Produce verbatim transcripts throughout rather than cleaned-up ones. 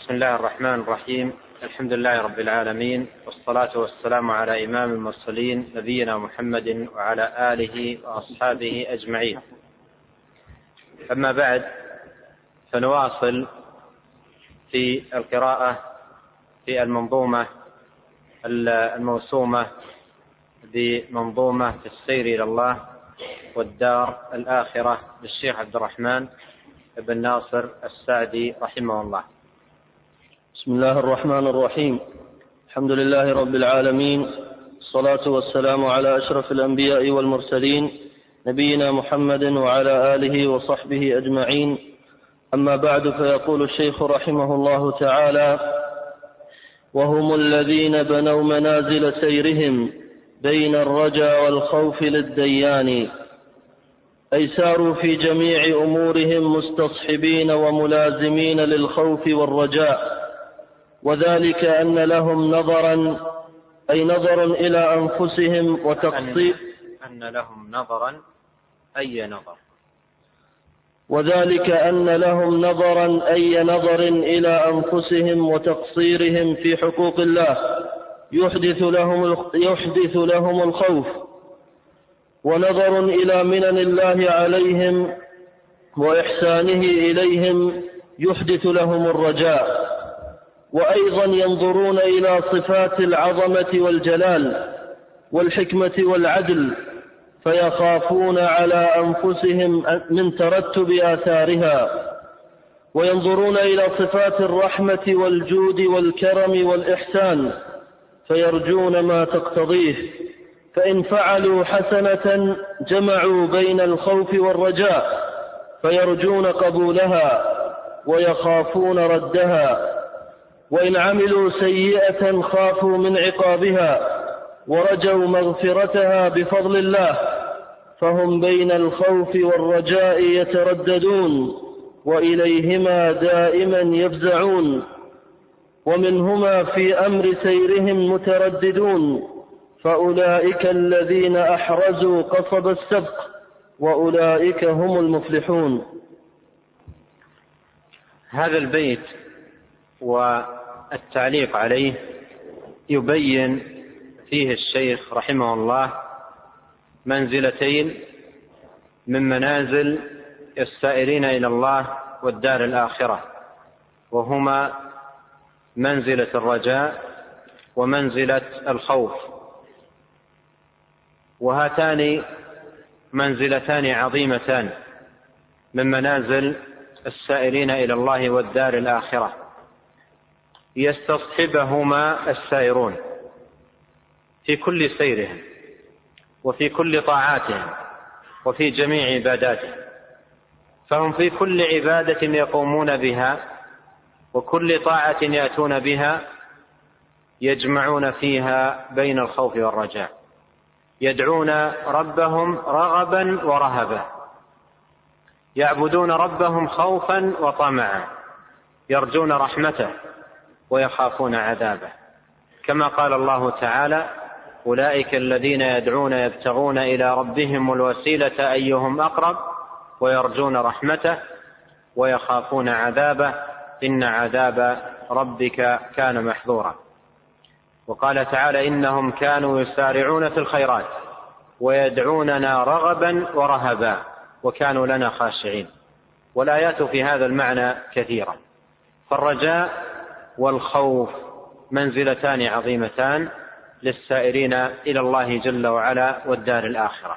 بسم الله الرحمن الرحيم. الحمد لله رب العالمين، والصلاة والسلام على إمام المرسلين نبينا محمد وعلى آله وأصحابه أجمعين. أما بعد، فنواصل في القراءة في المنظومة الموسومة بمنظومة السير إلى الله والدار الآخرة للشيخ عبد الرحمن بن ناصر السعدي رحمه الله. بسم الله الرحمن الرحيم. الحمد لله رب العالمين، الصلاة والسلام على أشرف الأنبياء والمرسلين نبينا محمد وعلى آله وصحبه أجمعين. أما بعد، فيقول الشيخ رحمه الله تعالى: وهم الذين بنوا منازل سيرهم بين الرجا والخوف للديان، أي ساروا في جميع أمورهم مستصحبين وملازمين للخوف والرجاء، وذلك أن لهم نظرا، أي نظر إلى أنفسهم وتقصير أن لهم نظرا أي نظر وذلك أن لهم نظرا أي نظر إلى أنفسهم وتقصيرهم في حقوق الله يحدث لهم يحدث لهم الخوف، ونظر إلى منن الله عليهم وإحسانه إليهم يحدث لهم الرجاء، وأيضا ينظرون إلى صفات العظمة والجلال والحكمة والعدل فيخافون على أنفسهم من ترتب آثارها، وينظرون إلى صفات الرحمة والجود والكرم والإحسان فيرجون ما تقتضيه، فإن فعلوا حسنة جمعوا بين الخوف والرجاء فيرجون قبولها ويخافون ردها، وإن عملوا سيئة خافوا من عقابها ورجوا مغفرتها بفضل الله، فهم بين الخوف والرجاء يترددون وإليهما دائما يفزعون، ومنهما في أمر سيرهم مترددون، فأولئك الذين أحرزوا قصب السبق وأولئك هم المفلحون. هذا البيت والتعليق عليه يبين فيه الشيخ رحمه الله منزلتين من منازل السائرين إلى الله والدار الآخرة، وهما منزلة الرجاء ومنزلة الخوف، وهاتان منزلتان عظيمتان من منازل السائرين إلى الله والدار الآخرة، يستصحبهما السائرون في كل سيرهم وفي كل طاعاتهم وفي جميع عباداتهم، فهم في كل عبادة يقومون بها وكل طاعة يأتون بها يجمعون فيها بين الخوف والرجاء، يدعون ربهم رغبا ورهبا، يعبدون ربهم خوفا وطمعا، يرجون رحمته ويخافون عذابه، كما قال الله تعالى: أولئك الذين يدعون يبتغون إلى ربهم الوسيلة أيهم أقرب ويرجون رحمته ويخافون عذابه إن عذاب ربك كان محذورا. وقال تعالى: إنهم كانوا يسارعون في الخيرات ويدعوننا رغبا ورهبا وكانوا لنا خاشعين. والآيات في هذا المعنى كثيرة. فالرجاء والخوف منزلتان عظيمتان للسائرين إلى الله جل وعلا والدار الآخرة،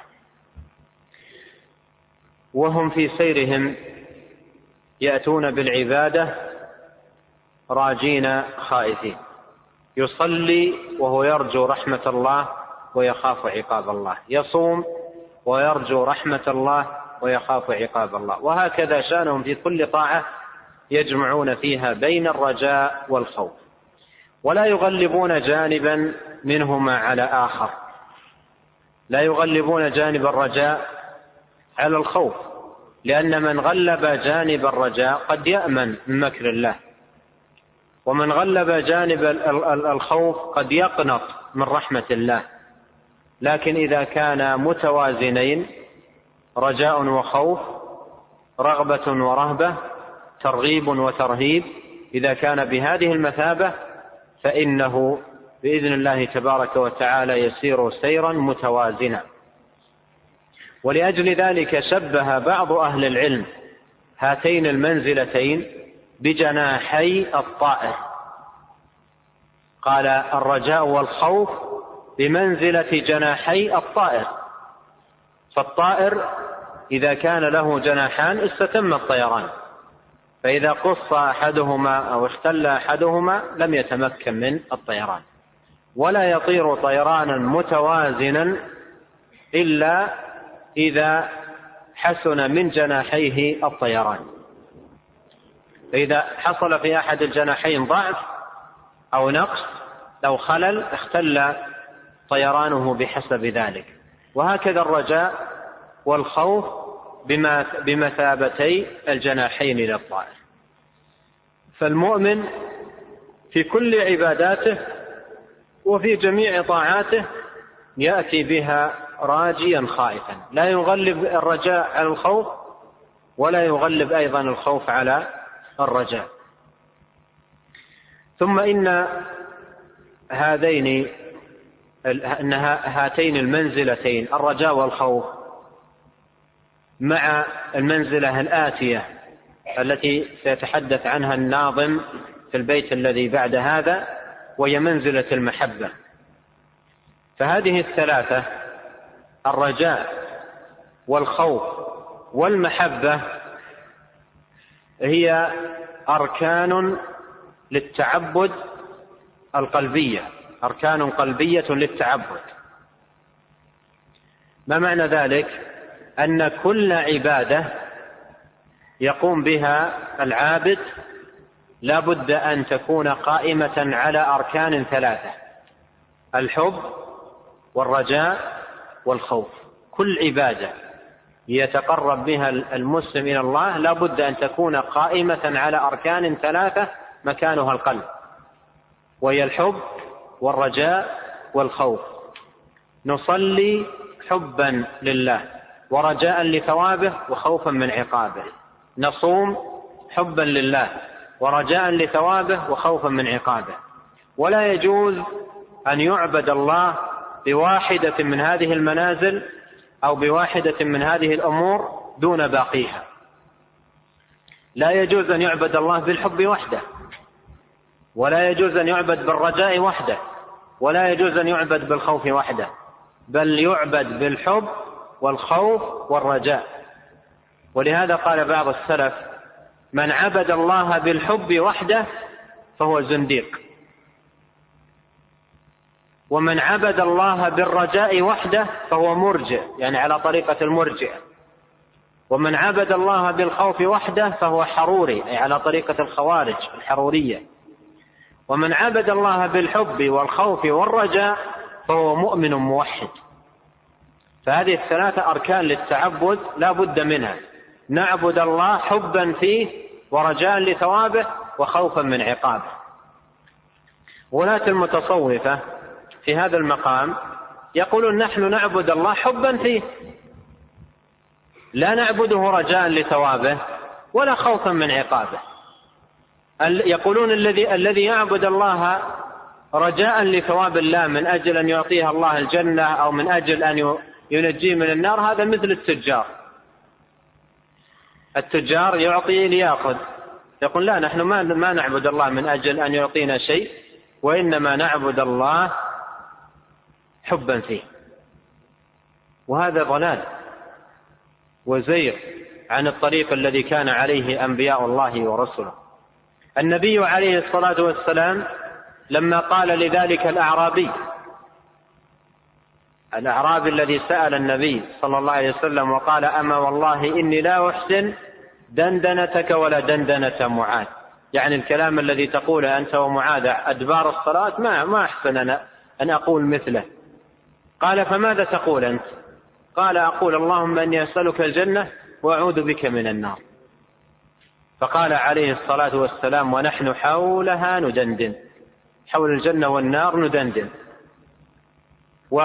وهم في سيرهم يأتون بالعبادة راجين خائفين، يصلي وهو يرجو رحمة الله ويخاف عقاب الله، يصوم ويرجو رحمة الله ويخاف عقاب الله، وهكذا شأنهم في كل طاعة يجمعون فيها بين الرجاء والخوف، ولا يغلبون جانبا منهما على آخر، لا يغلبون جانب الرجاء على الخوف، لأن من غلب جانب الرجاء قد يأمن من مكر الله، ومن غلب جانب الخوف قد يقنط من رحمة الله. لكن إذا كان متوازنين، رجاء وخوف، رغبة ورهبة، ترغيب وترهيب، إذا كان بهذه المثابة فإنه بإذن الله تبارك وتعالى يسير سيرا متوازنا. ولأجل ذلك شبه بعض أهل العلم هاتين المنزلتين بجناحي الطائر، قال الرجاء والخوف بمنزلة جناحي الطائر. فالطائر إذا كان له جناحان استتم الطيران، فإذا قص أحدهما أو اختل أحدهما لم يتمكن من الطيران، ولا يطير طيرانا متوازنا إلا إذا حسن من جناحيه الطيران. فإذا حصل في أحد الجناحين ضعف أو نقص أو خلل اختل طيرانه بحسب ذلك. وهكذا الرجاء والخوف بمثابتي الجناحين للطائر. فالمؤمن في كل عباداته وفي جميع طاعاته يأتي بها راجيا خائفا، لا يغلب الرجاء على الخوف ولا يغلب أيضا الخوف على الرجاء. ثم إن هذين أن هاتين المنزلتين الرجاء والخوف مع المنزلة الآتية التي سيتحدث عنها الناظم في البيت الذي بعد هذا، وهي منزلة المحبة. فهذه الثلاثة الرجاء والخوف والمحبة هي أركان للتعبد القلبية، أركان قلبية للتعبد. ما معنى ذلك؟ أن كل عبادة يقوم بها العابد لا بد أن تكون قائمة على أركان ثلاثة: الحب والرجاء والخوف. كل عبادة يتقرب بها المسلم إلى الله لا بد أن تكون قائمة على أركان ثلاثة مكانها القلب، وهي الحب والرجاء والخوف. نصلي حبا لله ورجاء لثوابه وخوفا من عقابه، نصوم حبا لله ورجاء لثوابه وخوفا من عقابه. ولا يجوز أن يعبد الله بواحدة من هذه المنازل أو بواحدة من هذه الأمور دون باقيها. لا يجوز أن يعبد الله بالحب وحده، ولا يجوز أن يعبد بالرجاء وحده، ولا يجوز أن يعبد بالخوف وحده، بل يعبد بالحب والخوف والرجاء. ولهذا قال بعض السلف: من عبد الله بالحب وحده فهو زنديق، ومن عبد الله بالرجاء وحده فهو مرجئ، يعني على طريقة المرجئة، ومن عبد الله بالخوف وحده فهو حروري، أي على طريقة الخوارج الحرورية، ومن عبد الله بالحب والخوف والرجاء فهو مؤمن موحد. فهذه الثلاثة أركان للتعبد لا بد منها، نعبد الله حبا فيه ورجاء لثوابه وخوفا من عقابه. غلاة المتصوفة في هذا المقام يقولون: نحن نعبد الله حبا فيه، لا نعبده رجاء لثوابه ولا خوفا من عقابه. يقولون الذي الذي يعبد الله رجاء لثواب الله من أجل أن يعطيه الله الجنة أو من أجل أن ينجيه من النار، هذا مثل التجار. التجار يعطي ليأخذ، يقول: لا، نحن ما ما نعبد الله من أجل أن يعطينا شيء، وإنما نعبد الله حبا فيه. وهذا ضلال وزيغ عن الطريق الذي كان عليه أنبياء الله ورسله. النبي عليه الصلاة والسلام لما قال لذلك الأعرابي الأعرابي الذي سأل النبي صلى الله عليه وسلم وقال: أما والله إني لا أحسن دندنتك ولا دندنة معاذ، يعني الكلام الذي تقوله أنت ومعاذ أدبار الصلاة ما ما أحسن أنا أن أقول مثله. قال: فماذا تقول أنت؟ قال: أقول اللهم إني أسألك الجنة وأعوذ بك من النار. فقال عليه الصلاة والسلام: ونحن حولها ندندن، حول الجنة والنار ندندن.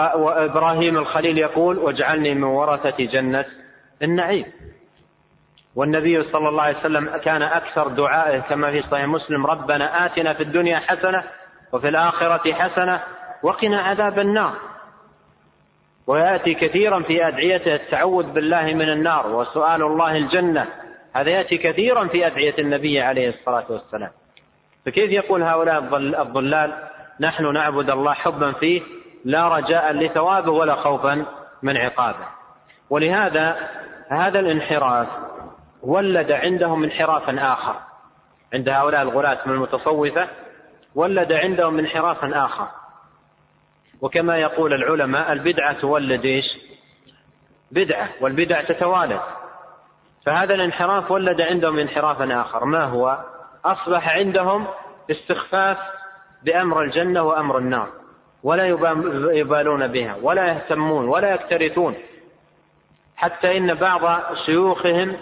وإبراهيم الخليل يقول: واجعلني من ورثة جنة النعيم. والنبي صلى الله عليه وسلم كان أكثر دعائه كما في صحيح مسلم: ربنا آتنا في الدنيا حسنة وفي الآخرة حسنة وقنا عذاب النار. ويأتي كثيرا في أدعيته التعوذ بالله من النار وسؤال الله الجنة، هذا يأتي كثيرا في أدعية النبي عليه الصلاة والسلام. فكيف يقول هؤلاء الضلال نحن نعبد الله حبا فيه لا رجاء لثوابه ولا خوفا من عقابه؟ ولهذا هذا الانحراف ولد عندهم انحرافا آخر، عند هؤلاء الغلاة من المتصوفة ولد عندهم انحرافا آخر. وكما يقول العلماء: البدعة تولد إيش؟ بدعة، والبدع تتوالد. فهذا الانحراف ولد عندهم انحرافا آخر، ما هو؟ أصبح عندهم استخفاف بأمر الجنة وأمر النار، ولا يبالون بها ولا يهتمون ولا يكترثون، حتى إن بعض شيوخهم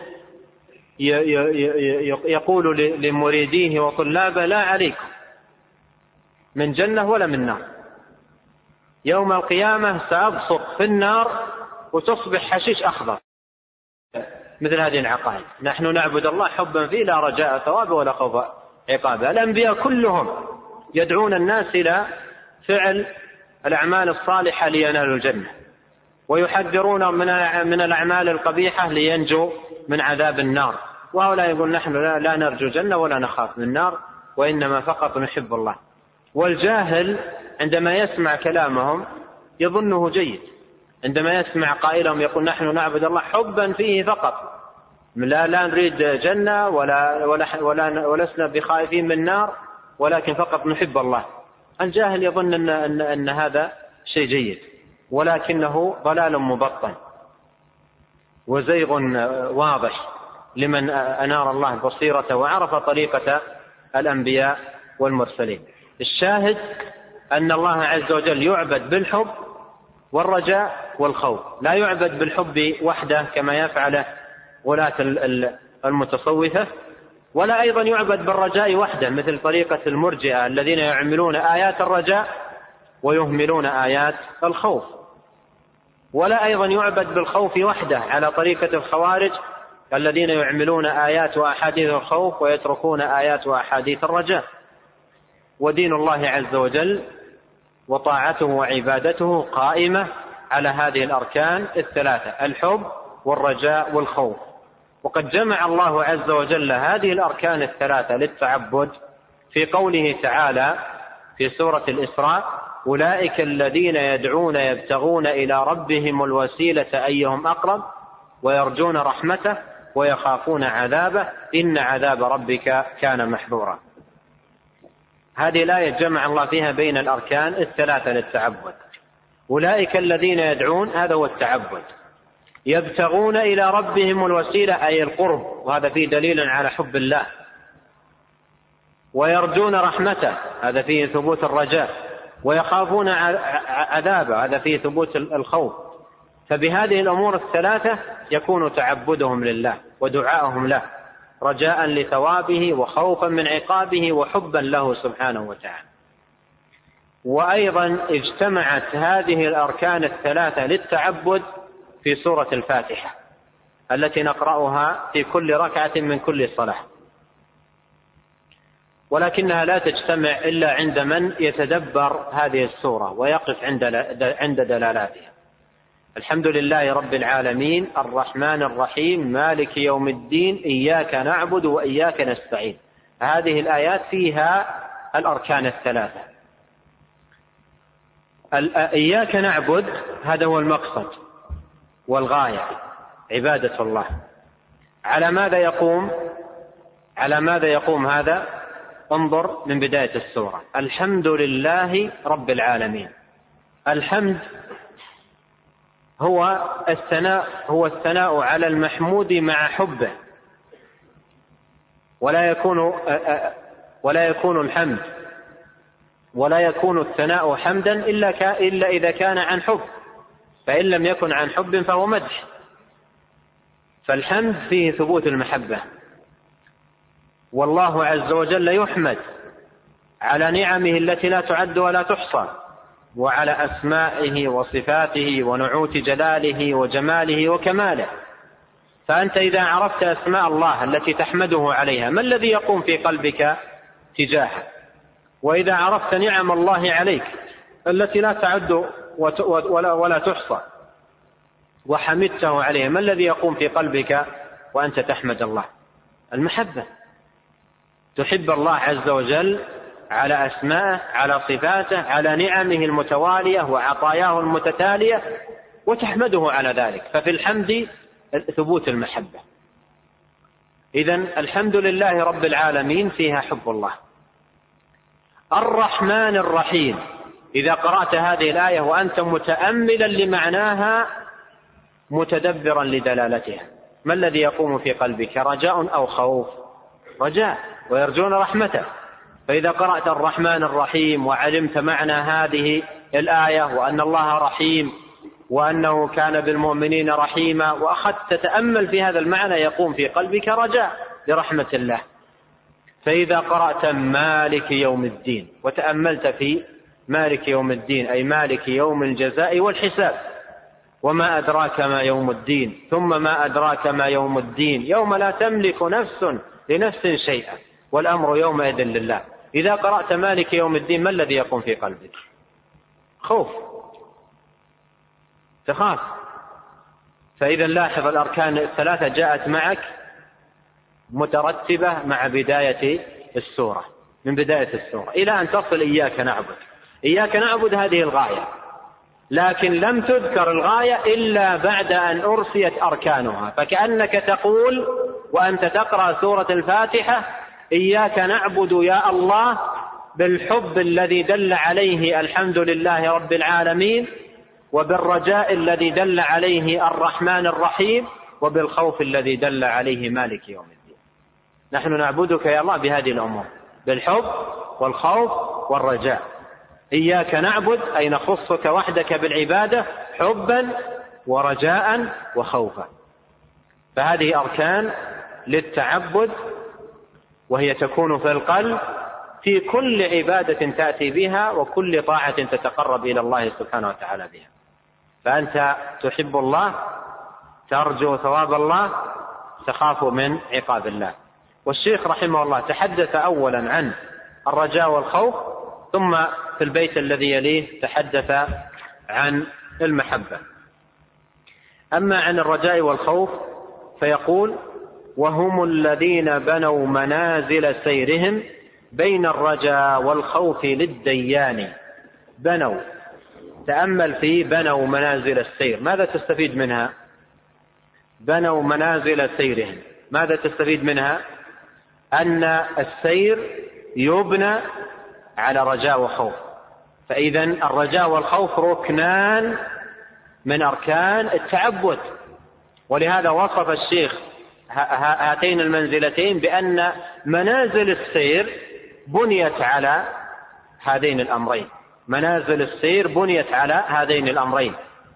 يقول لمريديه وطلابه: لا عليكم من جنة ولا من نار، يوم القيامة سأبصق في النار وتصبح حشيش أخضر. مثل هذه العقائد. نحن نعبد الله حبا فيه لا رجاء ثوابه ولا خوف عقابه. الأنبياء كلهم يدعون الناس إلى فعل الأعمال الصالحة لينالوا الجنة، ويحذرون من الأعمال القبيحة لينجوا من عذاب النار. وهؤلاء يقول: نحن لا نرجو جنة ولا نخاف من النار، وإنما فقط نحب الله. والجاهل عندما يسمع كلامهم يظنه جيد، عندما يسمع قائلهم يقول: نحن نعبد الله حبا فيه فقط، لا لا نريد جنة ولا ولا ولا ولسنا بخائفين من النار، ولكن فقط نحب الله. الجاهل يظن أن, أن, أن هذا شيء جيد، ولكنه ضلال مبطن وزيغ واضح لمن أنار الله بصيرته وعرف طريقة الأنبياء والمرسلين. الشاهد أن الله عز وجل يعبد بالحب والرجاء والخوف، لا يعبد بالحب وحده كما يفعل غلاة المتصوفة، ولا أيضا يعبد بالرجاء وحده مثل طريقة المرجئة الذين يعملون آيات الرجاء ويهملون آيات الخوف، ولا أيضا يعبد بالخوف وحده على طريقة الخوارج الذين يعملون آيات وأحاديث الخوف ويتركون آيات وأحاديث الرجاء. ودين الله عز وجل وطاعته وعبادته قائمة على هذه الأركان الثلاثة: الحب والرجاء والخوف. وقد جمع الله عز وجل هذه الأركان الثلاثة للتعبد في قوله تعالى في سورة الإسراء: أولئك الذين يدعون يبتغون إلى ربهم الوسيلة أيهم أقرب ويرجون رحمته ويخافون عذابه إن عذاب ربك كان محذورا. هذه الآية جمع الله فيها بين الأركان الثلاثة للتعبد. أولئك الذين يدعون، هذا هو التعبد، يبتغون إلى ربهم الوسيلة أي القرب، وهذا فيه دليل على حب الله، ويرجون رحمته، هذا فيه ثبوت الرجاء، ويخافون عذابه، هذا فيه ثبوت الخوف. فبهذه الأمور الثلاثة يكون تعبدهم لله ودعاءهم له رجاء لثوابه وخوفا من عقابه وحبا له سبحانه وتعالى. وأيضا اجتمعت هذه الأركان الثلاثة للتعبد في سورة الفاتحة التي نقرأها في كل ركعة من كل صلاة، ولكنها لا تجتمع إلا عند من يتدبر هذه السورة ويقف عند دلالاتها. الحمد لله رب العالمين الرحمن الرحيم مالك يوم الدين إياك نعبد وإياك نستعين. هذه الآيات فيها الأركان الثلاثة. إياك نعبد هذا هو المقصد والغاية، عبادة الله. على ماذا يقوم على ماذا يقوم هذا؟ انظر من بداية السورة: الحمد لله رب العالمين. الحمد هو الثناء هو الثناء على المحمود مع حبه، ولا يكون ولا يكون الحمد ولا يكون الثناء حمدا إلا إلا إذا كان عن حب، فإن لم يكن عن حب فهو مدح. فالحمد فيه ثبوت المحبة، والله عز وجل يحمد على نعمه التي لا تعد ولا تحصى، وعلى أسمائه وصفاته ونعوت جلاله وجماله وكماله. فأنت إذا عرفت أسماء الله التي تحمده عليها ما الذي يقوم في قلبك تجاهه؟ وإذا عرفت نعم الله عليك التي لا تعد ولا, ولا تحصى وحمدته عليها ما الذي يقوم في قلبك وأنت تحمد الله؟ المحبة. تحب الله عز وجل على أسمائه، على صفاته، على نعمه المتوالية وعطاياه المتتالية، وتحمده على ذلك. ففي الحمد ثبوت المحبة. إذن الحمد لله رب العالمين فيها حب الله. الرحمن الرحيم، إذا قرأت هذه الآية وأنت متأملا لمعناها متدبرا لدلالتها ما الذي يقوم في قلبك؟ رجاء أو خوف؟ رجاء، ويرجون رحمته. فإذا قرأت الرحمن الرحيم وعلمت معنى هذه الآية وأن الله رحيم وأنه كان بالمؤمنين رحيما وأخذت تتأمل في هذا المعنى يقوم في قلبك رجاء لرحمة الله. فإذا قرأت مالك يوم الدين وتأملت في مالك يوم الدين أي مالك يوم الجزاء والحساب، وما أدراك ما يوم الدين، ثم ما أدراك ما يوم الدين، يوم لا تملك نفس لنفس شيئا والأمر يومئذ لله. إذا قرأت مالك يوم الدين ما الذي يقوم في قلبك؟ خوف، تخاف. فإذا لاحظ الأركان الثلاثة جاءت معك مترتبة مع بداية السورة، من بداية السورة إلى أن تصل إياك نعبد. إياك نعبد هذه الغاية، لكن لم تذكر الغاية إلا بعد أن أرسيت أركانها. فكأنك تقول وأنت تقرأ سورة الفاتحة إياك نعبد يا الله بالحب الذي دل عليه الحمد لله رب العالمين، وبالرجاء الذي دل عليه الرحمن الرحيم، وبالخوف الذي دل عليه مالك يوم الدين. نحن نعبدك يا الله بهذه الأمور، بالحب والخوف والرجاء. إياك نعبد أي نخصك وحدك بالعبادة حبا ورجاء وخوفا. فهذه أركان للتعبد، وهي تكون في القلب في كل عبادة تأتي بها وكل طاعة تتقرب إلى الله سبحانه وتعالى بها. فأنت تحب الله، ترجو ثواب الله، تخاف من عقاب الله. والشيخ رحمه الله تحدث أولا عن الرجاء والخوف، ثم في البيت الذي يليه تحدث عن المحبة. أما عن الرجاء والخوف فيقول: وهم الذين بنوا منازل سيرهم بين الرجاء والخوف للديان. بنوا، تأمل في بنوا منازل السير، ماذا تستفيد منها؟ بنوا منازل سيرهم، ماذا تستفيد منها؟ أن السير يبنى على رجاء وخوف. فإذا الرجاء والخوف ركنان من أركان التعبد. ولهذا وصف الشيخ هاتين المنزلتين بأن منازل السير بنيت على هذين الأمرين. منازل السير بنيت على هذين الأمرين،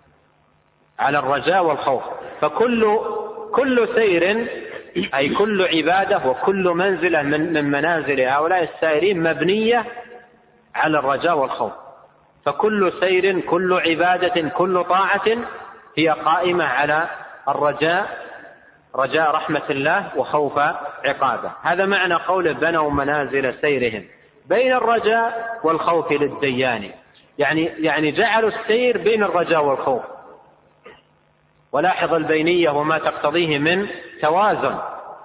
على الرجاء والخوف. فكل كل سير أي كل عبادة وكل منزلة من, من منازل هؤلاء السائرين مبنية على الرجاء والخوف. فكل سير، كل عبادة، كل طاعة هي قائمة على الرجاء، رجاء رحمة الله وخوف عقابه. هذا معنى قول بنوا منازل سيرهم بين الرجاء والخوف للديان، يعني يعني جعلوا السير بين الرجاء والخوف. ولاحظ البينية وما تقتضيه من توازن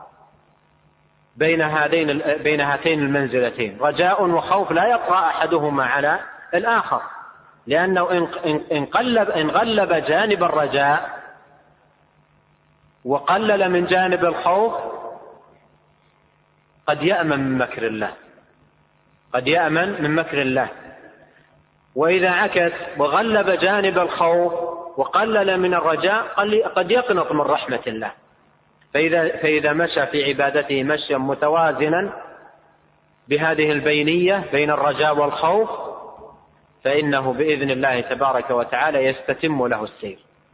بين هذين بين هاتين المنزلتين. رجاء وخوف لا يطغى أحدهما على الآخر، لأنه إن قلب إن غلب جانب الرجاء وقلل من جانب الخوف قد يأمن من مكر الله، قد يأمن من مكر الله. وإذا عكس وغلب جانب الخوف وقلل من الرجاء قد يقنط من رحمة الله. فإذا, فإذا مشى في عبادته مشيا متوازنا بهذه البينية بين الرجاء والخوف فإنه بإذن الله تبارك وتعالى يستتم له السير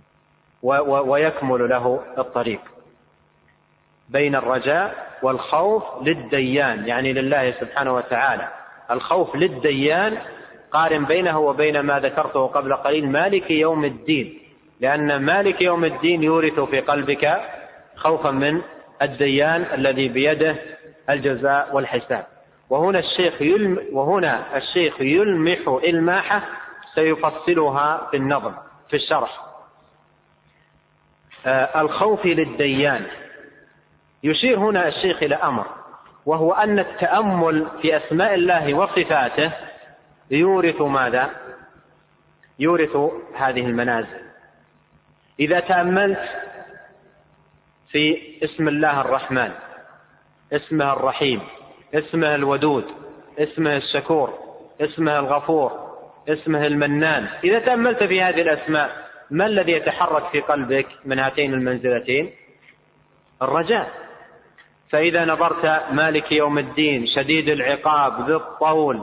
ويكمل له الطريق. بين الرجاء والخوف للديان، يعني لله سبحانه وتعالى. الخوف للديان قارن بينه وبين ما ذكرته قبل قليل مالك يوم الدين، لأن مالك يوم الدين يورث في قلبك خوفا من الديان الذي بيده الجزاء والحساب. وهنا الشيخ يلم وهنا الشيخ يلمح إلماحة سيفصلها في النظم في الشرح. آه الخوف للديان، يشير هنا الشيخ إلى أمر، وهو أن التأمل في أسماء الله وصفاته يورث ماذا؟ يورث هذه المنازل. إذا تأملت في اسم الله الرحمن، اسمه الرحيم، اسمه الودود، اسمه الشكور، اسمه الغفور، اسمه المنان، إذا تأملت في هذه الأسماء ما الذي يتحرك في قلبك من هاتين المنزلتين؟ الرجاء. فإذا نظرت مالك يوم الدين، شديد العقاب، ذي الطول،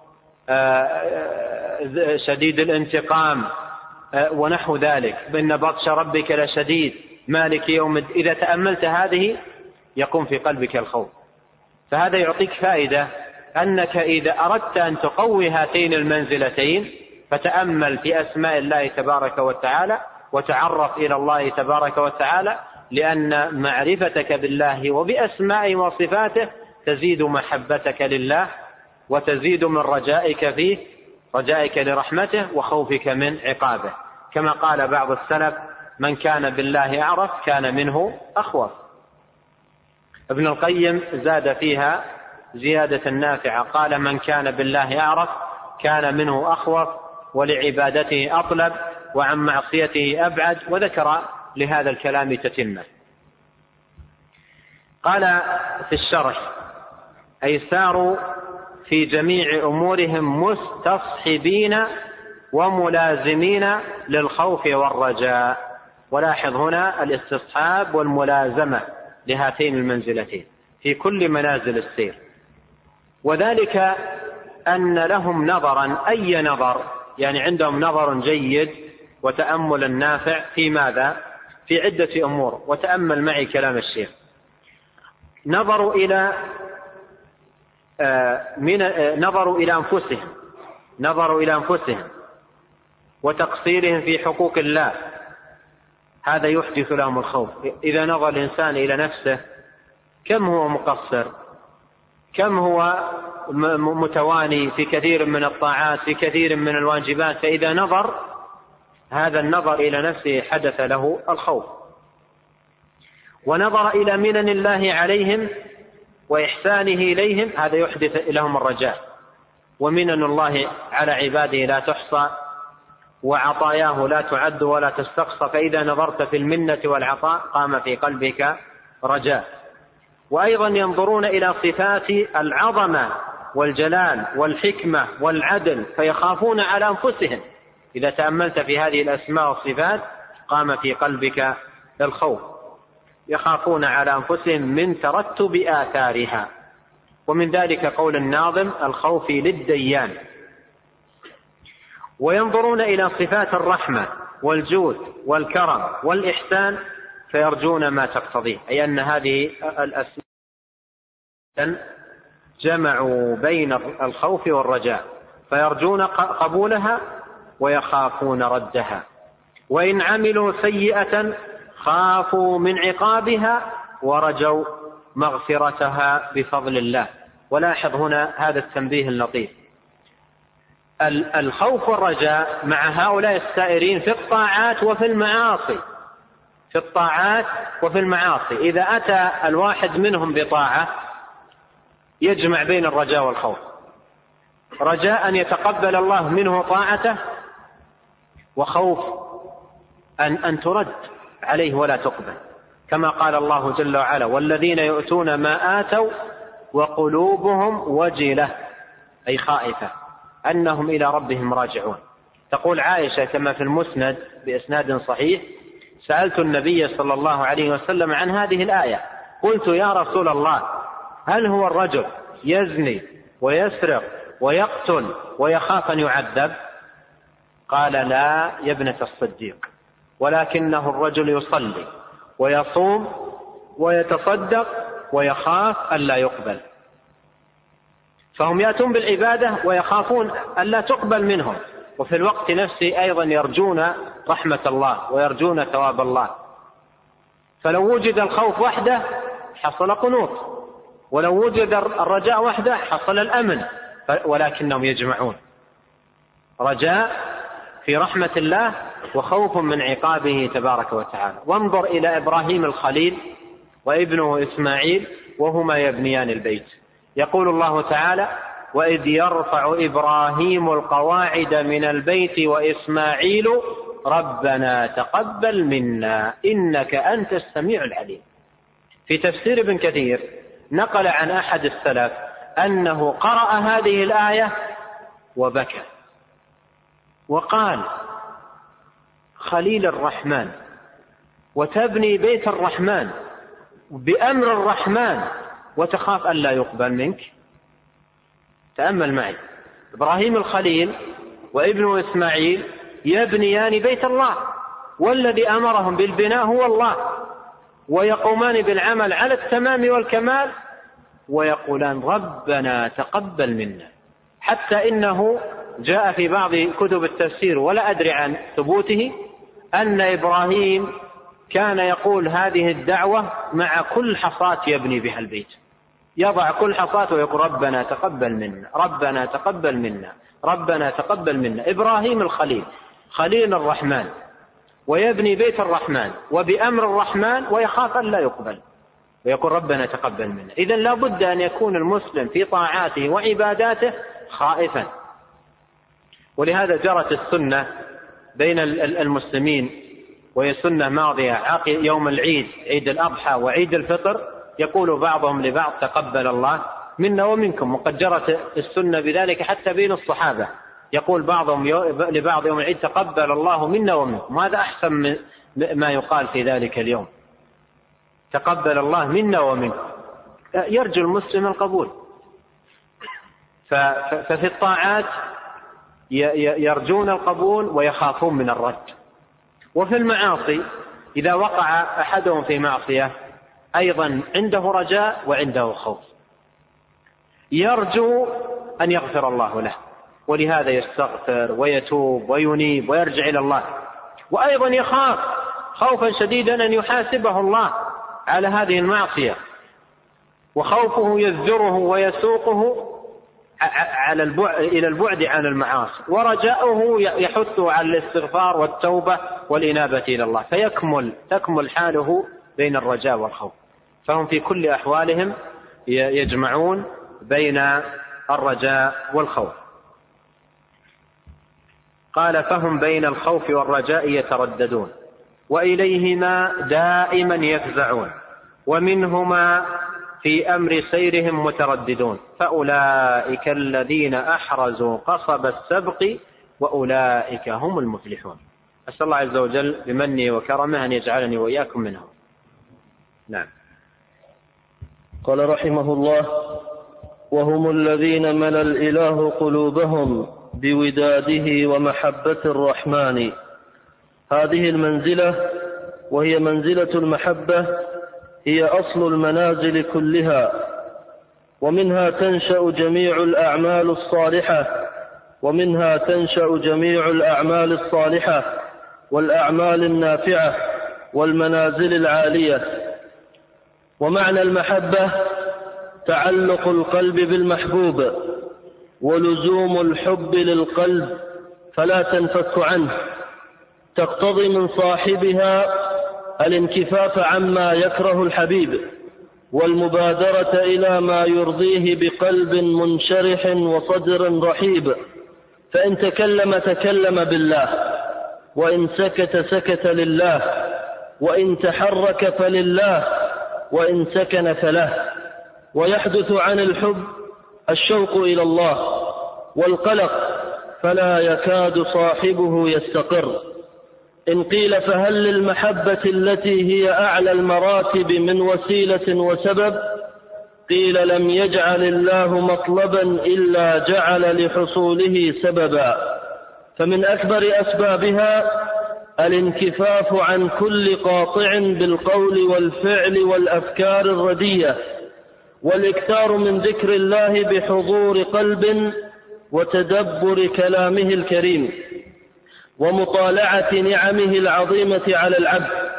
شديد الانتقام ونحو ذلك، بأن بطش ربك لشديد، مالك يوم الدين، إذا تأملت هذه يقوم في قلبك الخوف. فهذا يعطيك فائدة أنك إذا أردت أن تقوي هاتين المنزلتين فتأمل في أسماء الله تبارك وتعالى وتعرف إلى الله تبارك وتعالى، لأن معرفتك بالله وبأسمائه وصفاته تزيد محبتك لله وتزيد من رجائك فيه، رجائك لرحمته وخوفك من عقابه، كما قال بعض السلف: من كان بالله أعرف كان منه أخوف. ابن القيم زاد فيها زيادة نافعة، قال: من كان بالله أعرف كان منه أخوف، ولعبادته أطلب، وعن معصيته أبعد، وذكر لهذا الكلام تتمة. قال في الشرح: أي ساروا في جميع أمورهم مستصحبين وملازمين للخوف والرجاء. ولاحظ هنا الاستصحاب والملازمة لهاتين المنزلتين في كل منازل السير، وذلك أن لهم نظرا، أي نظر، يعني عندهم نظر جيد وتأمل نافع في ماذا؟ في عدة أمور. وتأمل معي كلام الشيخ: نظروا إلى من نظروا إلى أنفسهم نظروا إلى أنفسهم وتقصيرهم في حقوق الله، هذا يحدث لهم الخوف. إذا نظر الإنسان إلى نفسه كم هو مقصر، كم هو متواني في كثير من الطاعات، في كثير من الواجبات، فإذا نظر هذا النظر إلى نفسه حدث له الخوف. ونظر إلى منن الله عليهم وإحسانه إليهم، هذا يحدث لهم الرجاء. ومنن الله على عباده لا تحصى، وعطاياه لا تعد ولا تستقصى، فإذا نظرت في المنة والعطاء قام في قلبك رجاء. وأيضا ينظرون إلى صفات العظمة والجلال والحكمة والعدل فيخافون على أنفسهم. إذا تأملت في هذه الأسماء والصفات قام في قلبك الخوف، يخافون على أنفسهم من ترتب آثارها. ومن ذلك قول الناظم: الخوف للديان. وينظرون إلى صفات الرحمة والجود والكرم والإحسان فيرجون ما تقتضيه، أي أن هذه الأسماء جمعوا بين الخوف والرجاء، فيرجون قبولها ويخافون ردها. وإن عملوا سيئة خافوا من عقابها ورجوا مغفرتها بفضل الله. ولاحظ هنا هذا التنبيه اللطيف: الخوف والرجاء مع هؤلاء السائرين في الطاعات وفي المعاصي، في الطاعات وفي المعاصي. إذا أتى الواحد منهم بطاعة يجمع بين الرجاء والخوف، رجاء أن يتقبل الله منه طاعته، وخوف أن, أن ترد عليه ولا تقبل، كما قال الله جل وعلا: والذين يؤتون ما آتوا وقلوبهم وجلة، أي خائفة أنهم إلى ربهم راجعون. تقول عائشة كما في المسند بإسناد صحيح: سألت النبي صلى الله عليه وسلم عن هذه الآية، قلت: يا رسول الله، هل هو الرجل يزني ويسرق ويقتل ويخاف أن يعذب؟ قال: لا يا ابنة الصديق، ولكنه الرجل يصلي ويصوم ويتصدق ويخاف ألا يقبل. فهم يأتون بالعبادة ويخافون ألا تقبل منهم، وفي الوقت نفسه أيضا يرجون رحمة الله ويرجون ثواب الله. فلو وجد الخوف وحده حصل قنوط، ولو وجد الرجاء وحده حصل الأمن، ولكنهم يجمعون رجاء في رحمة الله وخوف من عقابه تبارك وتعالى. وانظر إلى إبراهيم الخليل وابنه إسماعيل وهما يبنيان البيت، يقول الله تعالى: وإذ يرفع إبراهيم القواعد من البيت وإسماعيل ربنا تقبل منا إنك أنت السميع العليم. في تفسير ابن كثير نقل عن أحد السلف أنه قرأ هذه الآية وبكى وقال: خليل الرحمن وتبني بيت الرحمن بأمر الرحمن وتخاف أن لا يقبل منك. تأمل معي، إبراهيم الخليل وابنه إسماعيل يبنيان بيت الله، والذي أمرهم بالبناء هو الله، ويقومان بالعمل على التمام والكمال ويقولان ربنا تقبل منا. حتى إنه جاء في بعض كتب التفسير ولا أدري عن ثبوته أن إبراهيم كان يقول هذه الدعوة مع كل حصاة يبني بها البيت، يضع كل حصاة ويقول ربنا تقبل منا ربنا تقبل منا ربنا تقبل منا. إبراهيم الخليل خليل الرحمن ويبني بيت الرحمن وبأمر الرحمن ويخاف أن لا يقبل ويقول ربنا تقبل منا. إذن لا بد أن يكون المسلم في طاعاته وعباداته خائفا. ولهذا جرت السنة بين المسلمين، وهي سنة ماضية، يوم العيد عيد الأضحى وعيد الفطر يقول بعضهم لبعض تقبل الله منا ومنكم، وقد جرت السنة بذلك حتى بين الصحابة، يقول بعضهم لبعض يوم العيد تقبل الله منا ومنكم. هذا أحسن من ما يقال في ذلك اليوم، تقبل الله منا ومنكم. يرجو المسلم القبول. ففي الطاعات يرجون القبول ويخافون من الرد. وفي المعاصي إذا وقع أحدهم في معصية أيضا عنده رجاء وعنده خوف، يرجو أن يغفر الله له، ولهذا يستغفر ويتوب وينيب ويرجع إلى الله، وأيضا يخاف خوفا شديدا أن يحاسبه الله على هذه المعصية، وخوفه يزجره ويسوقه على البعد إلى البعد عن المعاصي، ورجاؤه يحثه على الاستغفار والتوبة والإنابة إلى الله، فيكمل تكمل حاله بين الرجاء والخوف. فهم في كل أحوالهم يجمعون بين الرجاء والخوف. قال: فهم بين الخوف والرجاء يترددون، وإليهما دائما يفزعون، ومنهما في أمر سيرهم مترددون، فأولئك الذين أحرزوا قصب السبق وأولئك هم المفلحون. أسأل الله عز وجل بمنه وكرمه أن يجعلني وإياكم منهم. نعم. قال رحمه الله: وهم الذين ملأ الإله قلوبهم بوداده ومحبة الرحمن. هذه المنزلة وهي منزلة المحبة هي أصل المنازل كلها، ومنها تنشأ جميع الأعمال الصالحة ومنها تنشأ جميع الأعمال الصالحة والأعمال النافعة والمنازل العالية. ومعنى المحبة تعلق القلب بالمحبوب ولزوم الحب للقلب فلا تنفك عنه، تقتضي من صاحبها الانكفاف عما يكره الحبيب والمبادرة إلى ما يرضيه بقلب منشرح وصدر رحيب. فإن تكلم تكلم بالله، وإن سكت سكت لله، وإن تحرك فلله، وإن سكن فله. ويحدث عن الحب الشوق إلى الله والقلق، فلا يكاد صاحبه يستقر. إن قيل فهل للمحبة التي هي أعلى المراتب من وسيلة وسبب؟ قيل لم يجعل الله مطلبا إلا جعل لحصوله سببا. فمن أكبر أسبابها الانكفاف عن كل قاطع بالقول والفعل والأفكار الردية، والإكثار من ذكر الله بحضور قلب وتدبر كلامه الكريم ومطالعة نعمه العظيمة على العبد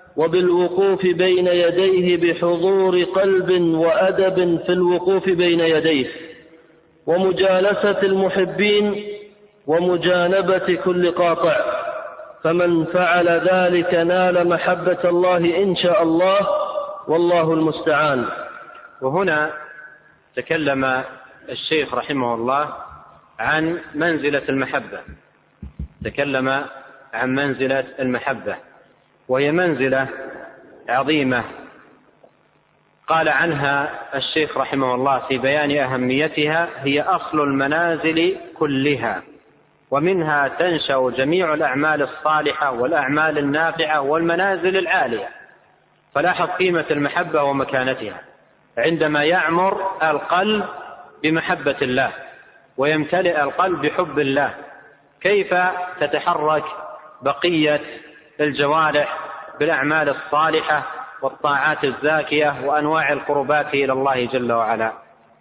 وبالوقوف بين يديه بحضور قلب وأدب في الوقوف بين يديه، ومجالسة المحبين ومجانبة كل قاطع، فمن فعل ذلك نال محبة الله إن شاء الله، والله المستعان. وهنا تكلم الشيخ رحمه الله عن منزلة المحبة، تكلم عن منزلة المحبة، وهي منزلة عظيمة قال عنها الشيخ رحمه الله في بيان أهميتها: هي أصل المنازل كلها، ومنها تنشأ جميع الأعمال الصالحة والأعمال النافعة والمنازل العالية. فلاحظ قيمة المحبة ومكانتها عندما يعمر القلب بمحبة الله ويمتلئ القلب بحب الله، كيف تتحرك بقية الجوارح بالأعمال الصالحة والطاعات الزاكية وأنواع القربات إلى الله جل وعلا.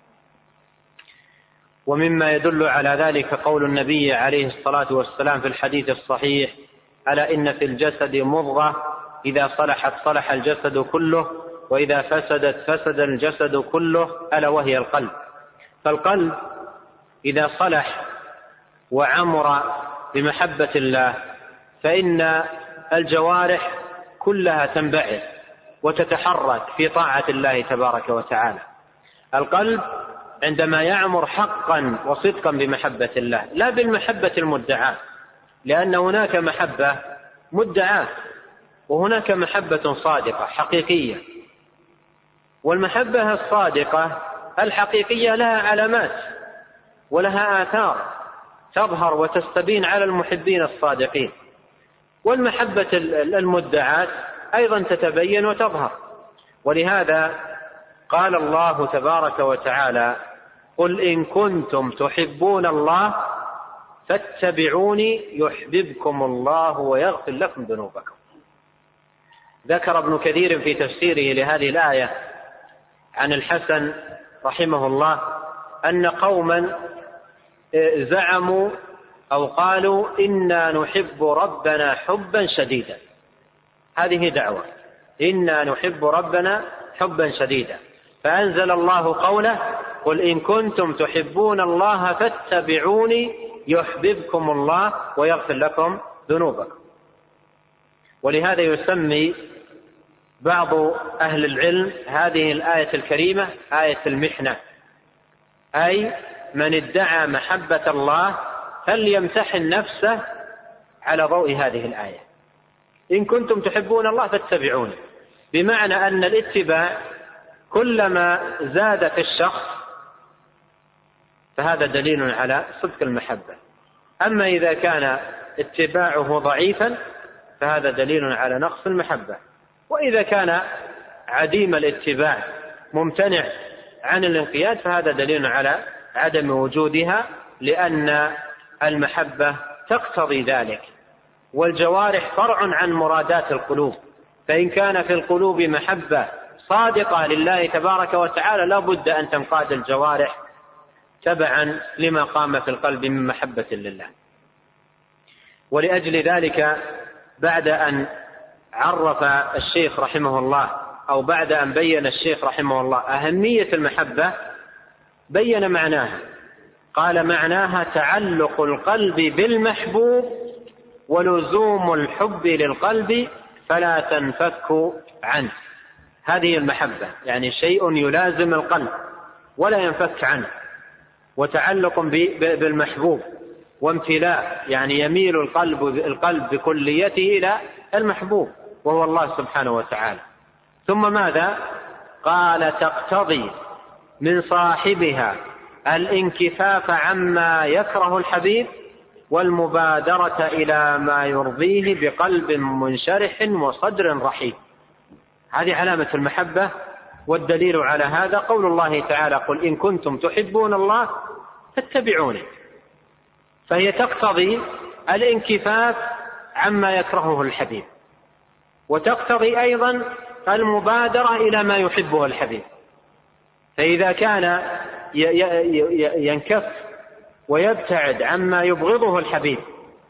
ومما يدل على ذلك قول النبي عليه الصلاة والسلام في الحديث الصحيح: ألا إن في الجسد مضغة إذا صلحت صلح الجسد كله، وإذا فسدت فسد الجسد كله، ألا وهي القلب. فالقلب إذا صلح وعمر بمحبة الله فإن الجوارح كلها تنبعث وتتحرك في طاعة الله تبارك وتعالى. القلب عندما يعمر حقا وصدقا بمحبة الله، لا بالمحبة المدعاة، لأن هناك محبة مدعاة وهناك محبة صادقة حقيقية. والمحبة الصادقة الحقيقية لها علامات ولها آثار تظهر وتستبين على المحبين الصادقين، والمحبة المدعاة أيضا تتبين وتظهر. ولهذا قال الله تبارك وتعالى: قل إن كنتم تحبون الله فاتبعوني يحببكم الله ويغفر لكم ذنوبكم. ذكر ابن كثير في تفسيره لهذه الآية عن الحسن رحمه الله أن قوما زعموا أو قالوا: إنا نحب ربنا حبا شديدا. هذه دعوة: إنا نحب ربنا حبا شديدا. فأنزل الله قوله: قل إن كنتم تحبون الله فاتبعوني يحببكم الله ويغفر لكم ذنوبكم. ولهذا يسمي بعض أهل العلم هذه الآية الكريمة آية المحنة، أي من ادعى محبة الله فليمتحن نفسه على ضوء هذه الآية. إن كنتم تحبون الله فاتبعوني، بمعنى أن الاتباع كلما زاد في الشخص فهذا دليل على صدق المحبة. أما إذا كان اتباعه ضعيفا فهذا دليل على نقص المحبة. وإذا كان عديم الاتباع ممتنع عن الانقياد فهذا دليل على عدم وجودها، لأن المحبة تقتضي ذلك. والجوارح فرع عن مرادات القلوب، فإن كان في القلوب محبة صادقة لله تبارك وتعالى لا بد أن تنقاد الجوارح تبعا لما قام في القلب من محبة لله. ولأجل ذلك بعد أن عرف الشيخ رحمه الله أو بعد أن بين الشيخ رحمه الله أهمية المحبة بين معناها. قال: معناها تعلق القلب بالمحبوب ولزوم الحب للقلب فلا تنفك عنه. هذه المحبة، يعني شيء يلازم القلب ولا ينفك عنه، وتعلق بالمحبوب، وامتلاء يعني يميل القلب القلب بكليته إلى المحبوب وهو الله سبحانه وتعالى. ثم ماذا؟ قال: تقتضي من صاحبها الانكفاف عما يكره الحبيب والمبادرة إلى ما يرضيه بقلب منشرح وصدر رحيب. هذه علامة المحبة، والدليل على هذا قول الله تعالى: قل إن كنتم تحبون الله فاتبعوني. فهي تقتضي الانكفاف عما يكرهه الحبيب، وتقتضي أيضا المبادرة إلى ما يحبه الحبيب. فإذا كان ينكف ويبتعد عما يبغضه الحبيب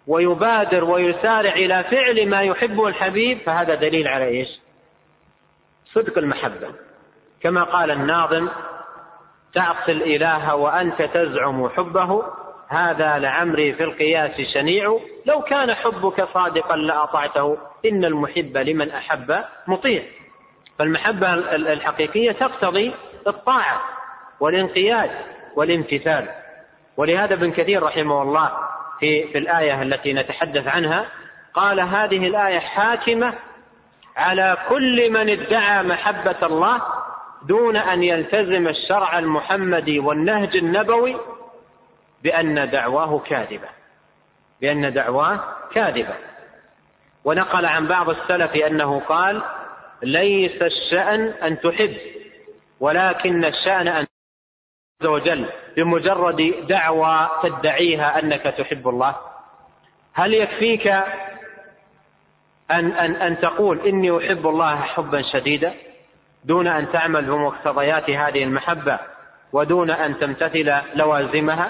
ويبادر ويسارع إلى فعل ما يحبه الحبيب، فهذا دليل على إيش؟ صدق المحبة. كما قال الناظم: تعصي الإله وأنت تزعم حبه، هذا لعمري في القياس شنيع، لو كان حبك صادقا لأطعته، إن المحب لمن أحب مطيع. فالمحبة الحقيقية تقتضي الطاعة والانقياد والامتثال. ولهذا ابن كثير رحمه الله في, في الآية التي نتحدث عنها قال: هذه الآية حاكمة على كل من ادعى محبة الله دون أن يلتزم الشرع المحمدي والنهج النبوي بأن دعواه كاذبة بأن دعواه كاذبة ونقل عن بعض السلف أنه قال: ليس الشأن أن تحب، ولكن الشأن أن عز وجل بمجرد دعوى تدعيها أنك تحب الله. هل يكفيك أن, أن, أن تقول إني أحب الله حبا شديدا دون أن تعمل بمقتضيات هذه المحبة ودون أن تمتثل لوازمها؟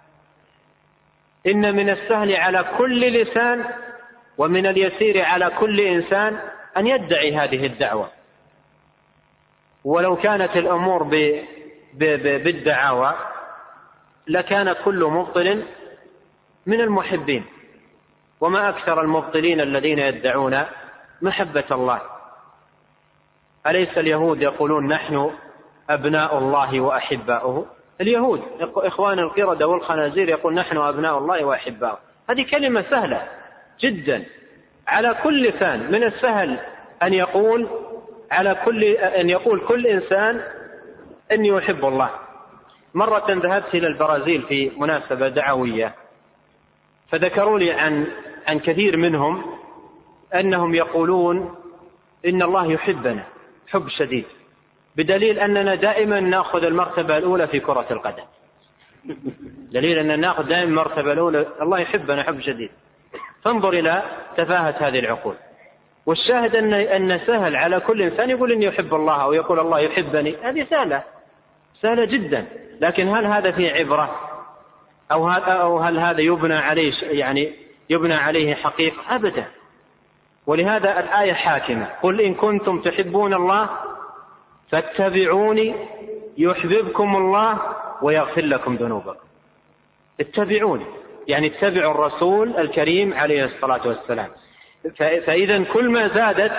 إن من السهل على كل لسان ومن اليسير على كل إنسان أن يدعي هذه الدعوة، ولو كانت الأمور ب بالدعاوى لكان كل مبطل من المحبين، وما أكثر المبطلين الذين يدعون محبة الله. أليس اليهود يقولون نحن أبناء الله وأحباؤه؟ اليهود إخوان القردة والخنازير يقول نحن أبناء الله وأحباؤه. هذه كلمة سهلة جدا على كل لسان. من السهل أن يقول على كل أن يقول كل إنسان إني أحب الله. مرة ذهبت إلى البرازيل في مناسبة دعوية، فذكروا لي عن عن كثير منهم أنهم يقولون إن الله يحبنا حب شديد، بدليل أننا دائما نأخذ المرتبة الأولى في كرة القدم. دليل أننا نأخذ دائما المرتبة الأولى، الله يحبنا حب شديد. فانظر إلى تفاهة هذه العقول. والشاهد أن أن سهل على كل إنسان يقول إني يحب الله أو يقول الله يحبني، هذه سهلة سهلة جدا. لكن هل هذا فيه عبرة أو أو هل هذا يبنى عليه يعني يبنى عليه حقيقة؟ أبدا. ولهذا الآية حاكمة: قل إن كنتم تحبون الله فاتبعوني يحببكم الله ويغفر لكم ذنوبكم. اتبعوني يعني اتبعوا الرسول الكريم عليه الصلاة والسلام. فإذا كل ما زادت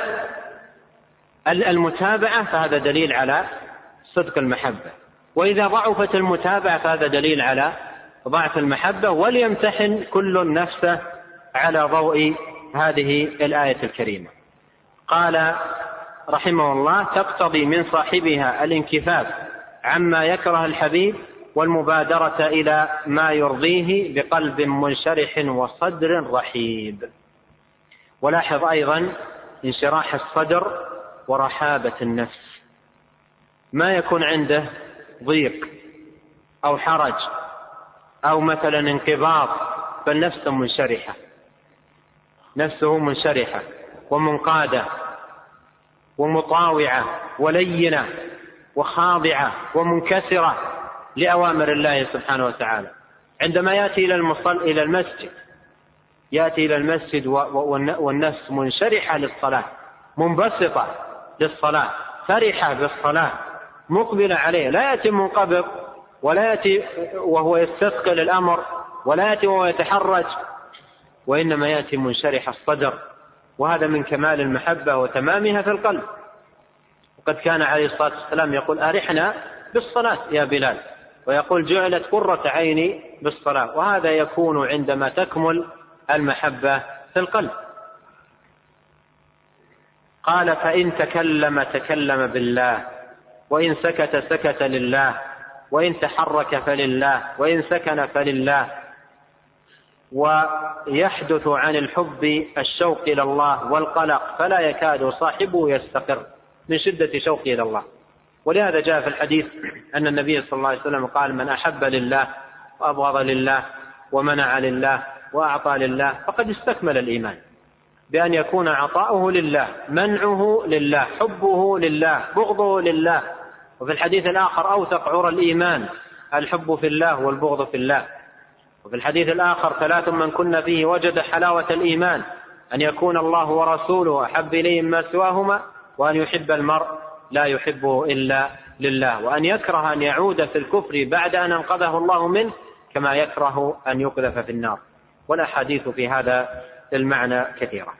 المتابعة فهذا دليل على صدق المحبة، وإذا ضعفت المتابعة فهذا دليل على ضعف المحبة. وليمتحن كل نفسه على ضوء هذه الآية الكريمة. قال رحمه الله: تقتضي من صاحبها الانكفاف عما يكره الحبيب والمبادرة إلى ما يرضيه بقلب منشرح وصدر رحيب. ولاحظ أيضا انشراح الصدر ورحابة النفس. ما يكون عنده ضيق أو حرج أو مثلا انقباض، فالنفس منشرحة، نفسه منشرحة ومنقادة ومطاوعة ولينة وخاضعة ومنكسرة لأوامر الله سبحانه وتعالى. عندما يأتي إلى المصل إلى المسجد يأتي إلى المسجد والنفس منشرحة للصلاة، منبسطة للصلاة، فرحة بالصلاة، مقبلة عليه. لا يأتي منقبض، ولا يأتي وهو يستثقل الأمر، ولا يأتي وهو يتحرج، وإنما يأتي منشرح الصدر. وهذا من كمال المحبة وتمامها في القلب. وقد كان عليه الصلاة والسلام يقول: أرحنا بالصلاة يا بلال، ويقول: جعلت قرة عيني بالصلاة. وهذا يكون عندما تكمل المحبة في القلب. قال: فإن تكلم تكلم بالله، وإن سكت سكت لله، وإن تحرك فلله، وإن سكن فلله. ويحدث عن الحب الشوق إلى الله والقلق، فلا يكاد صاحبه يستقر من شدة شوقه إلى الله. ولهذا جاء في الحديث أن النبي صلى الله عليه وسلم قال: من أحب لله وأبغض لله ومنع لله وأعطى لله فقد استكمل الإيمان، بأن يكون عطاؤه لله، منعه لله، حبه لله، بغضه لله. وفي الحديث الآخر: أوثق عرى الإيمان الحب في الله والبغض في الله. وفي الحديث الآخر ثلاث من كن فيه وجد حلاوة الإيمان: أن يكون الله ورسوله أحب إليه مما سواهما، وأن يحب المرء لا يحبه إلا لله، وأن يكره أن يعود في الكفر بعد أن أنقذه الله منه كما يكره أن يقذف في النار. والأحاديث في هذا المعنى كثيرة.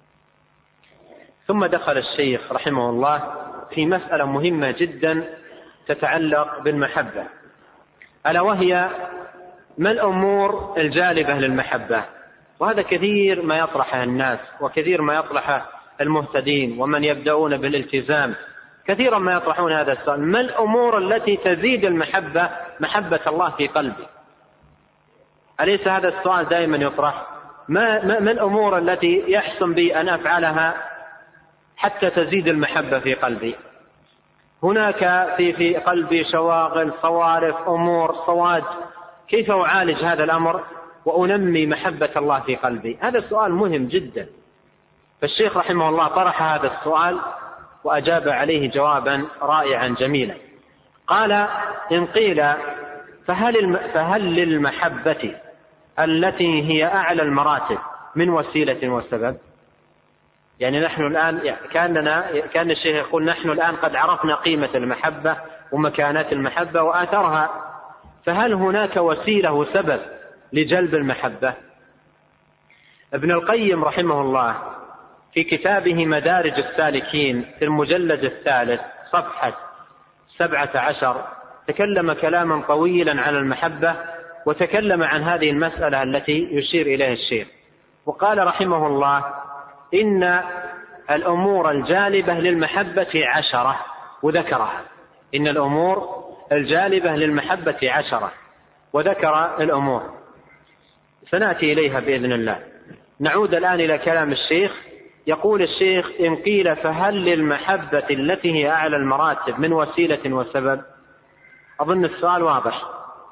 ثم دخل الشيخ رحمه الله في مسألة مهمة جدا تتعلق بالمحبة، ألا وهي ما الأمور الجالبة للمحبة؟ وهذا كثير ما يطرحه الناس، وكثير ما يطرحه المهتدين ومن يبدأون بالالتزام، كثيرا ما يطرحون هذا السؤال: ما الأمور التي تزيد المحبة محبة الله في قلبي؟ أليس هذا السؤال دائما يطرح؟ ما, ما, ما الأمور التي يحسن بي أن أفعلها حتى تزيد المحبة في قلبي؟ هناك في, في قلبي شواغل، صوارف، أمور، صواج، كيف أعالج هذا الأمر وأنمي محبة الله في قلبي؟ هذا السؤال مهم جدا. فالشيخ رحمه الله طرح هذا السؤال وأجاب عليه جوابا رائعا جميلا. قال: إن قيل فهل, فهل للمحبة التي هي أعلى المراتب من وسيلة وسبب؟ يعني نحن الآن كاننا كان الشيخ يقول: نحن الآن قد عرفنا قيمة المحبة ومكانات المحبة وآثارها، فهل هناك وسيلة وسبب لجلب المحبة؟ ابن القيم رحمه الله في كتابه مدارج السالكين في المجلد الثالث صفحة سبعة عشر تكلم كلاما طويلا عن المحبة، وتكلم عن هذه المسألة التي يشير إليها الشيخ، وقال رحمه الله: إن الأمور الجالبة للمحبة عشرة، وذكرها. إن الأمور الجالبة للمحبة عشرة، وذكر الأمور، سنأتي إليها بإذن الله. نعود الآن إلى كلام الشيخ. يقول الشيخ: إن قيل فهل للمحبة التي هي أعلى المراتب من وسيلة وسبب؟ أظن السؤال واضح.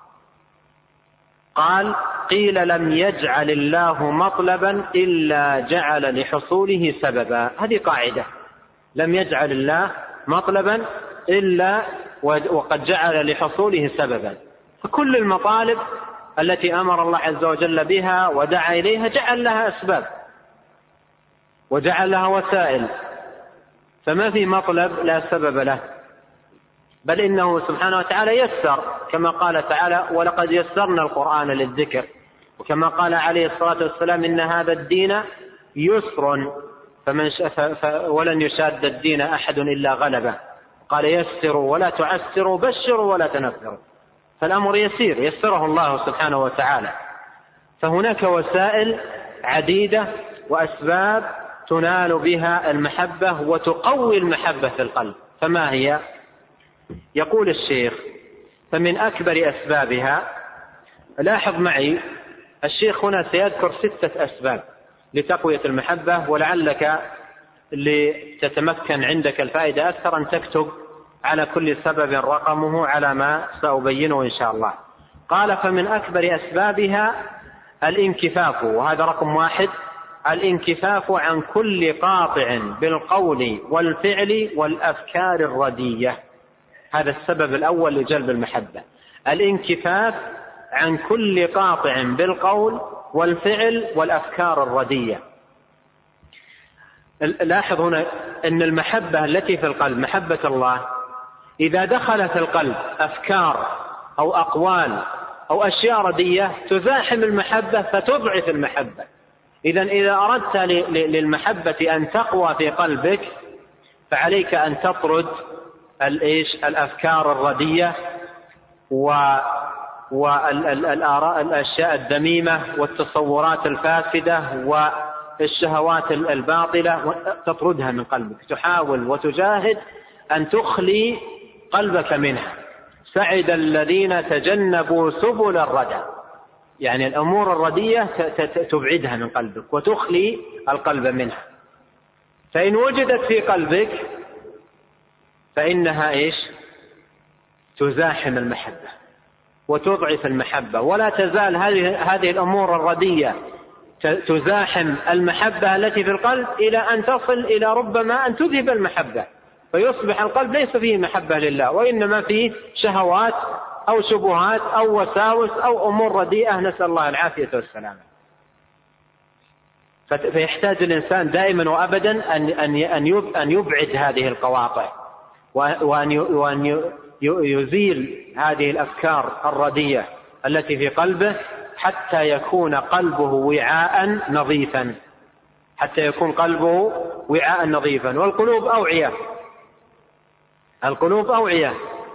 قال: قيل لم يجعل الله مطلبا إلا جعل لحصوله سببا. هذه قاعدة: لم يجعل الله مطلبا إلا وقد جعل لحصوله سببا. فكل المطالب التي أمر الله عز وجل بها ودعا إليها جعل لها أسباب وجعل لها وسائل، فما في مطلب لا سبب له، بل إنه سبحانه وتعالى يسر، كما قال تعالى: ولقد يسرنا القرآن للذكر، وكما قال عليه الصلاة والسلام: إن هذا الدين يسر فمن ف... ف... ولن يشاد الدين أحد إلا غلبه. قال: يسروا ولا تعسروا، بشروا ولا تنفروا. فالأمر يسير، يسره الله سبحانه وتعالى. فهناك وسائل عديدة وأسباب تنال بها المحبة وتقوي المحبة في القلب. فما هي؟ يقول الشيخ: فمن أكبر أسبابها، لاحظ معي الشيخ هنا سيذكر ستة أسباب لتقوية المحبة، ولعلك لتتمكن عندك الفائدة أكثر أن تكتب على كل سبب رقمه على ما سأبينه إن شاء الله. قال: فمن أكبر أسبابها الانكفاف، وهذا رقم واحد: الانكفاف عن كل قاطع بالقول والفعل والأفكار الردية. هذا السبب الأول لجلب المحبة، الانكفاف عن كل قاطع بالقول والفعل والأفكار الردية. لاحظ هنا أن المحبة التي في القلب، محبة الله، إذا دخلت القلب أفكار أو أقوال أو أشياء ردية تزاحم المحبة فتضعف المحبة. إذن إذا أردت للمحبة أن تقوى في قلبك فعليك أن تطرد الإيش الأفكار الردية والآراء الأشياء الذميمة والتصورات الفاسدة والشهوات الباطلة، تطردها من قلبك. تحاول وتجاهد أن تخلي قلبك منها. سعد الذين تجنبوا سبل الردى، يعني الأمور الردية تبعدها من قلبك وتخلي القلب منها. فإن وجدت في قلبك فإنها إيش؟ تزاحم المحبة وتضعف المحبة، ولا تزال هذه هذه الأمور الردية تزاحم المحبة التي في القلب إلى أن تصل إلى ربما أن تذهب المحبة، فيصبح القلب ليس فيه محبة لله، وإنما فيه شهوات أو شبهات أو وساوس أو أمور رديئة، نسأل الله العافية والسلامة. فيحتاج الإنسان دائما وأبدا أن يبعد هذه القواطع، وأن يزيل هذه الأفكار الرديئة التي في قلبه، حتى يكون قلبه وعاء نظيفا، حتى يكون قلبه وعاء نظيفا. والقلوب أوعية، القلوب أوعية،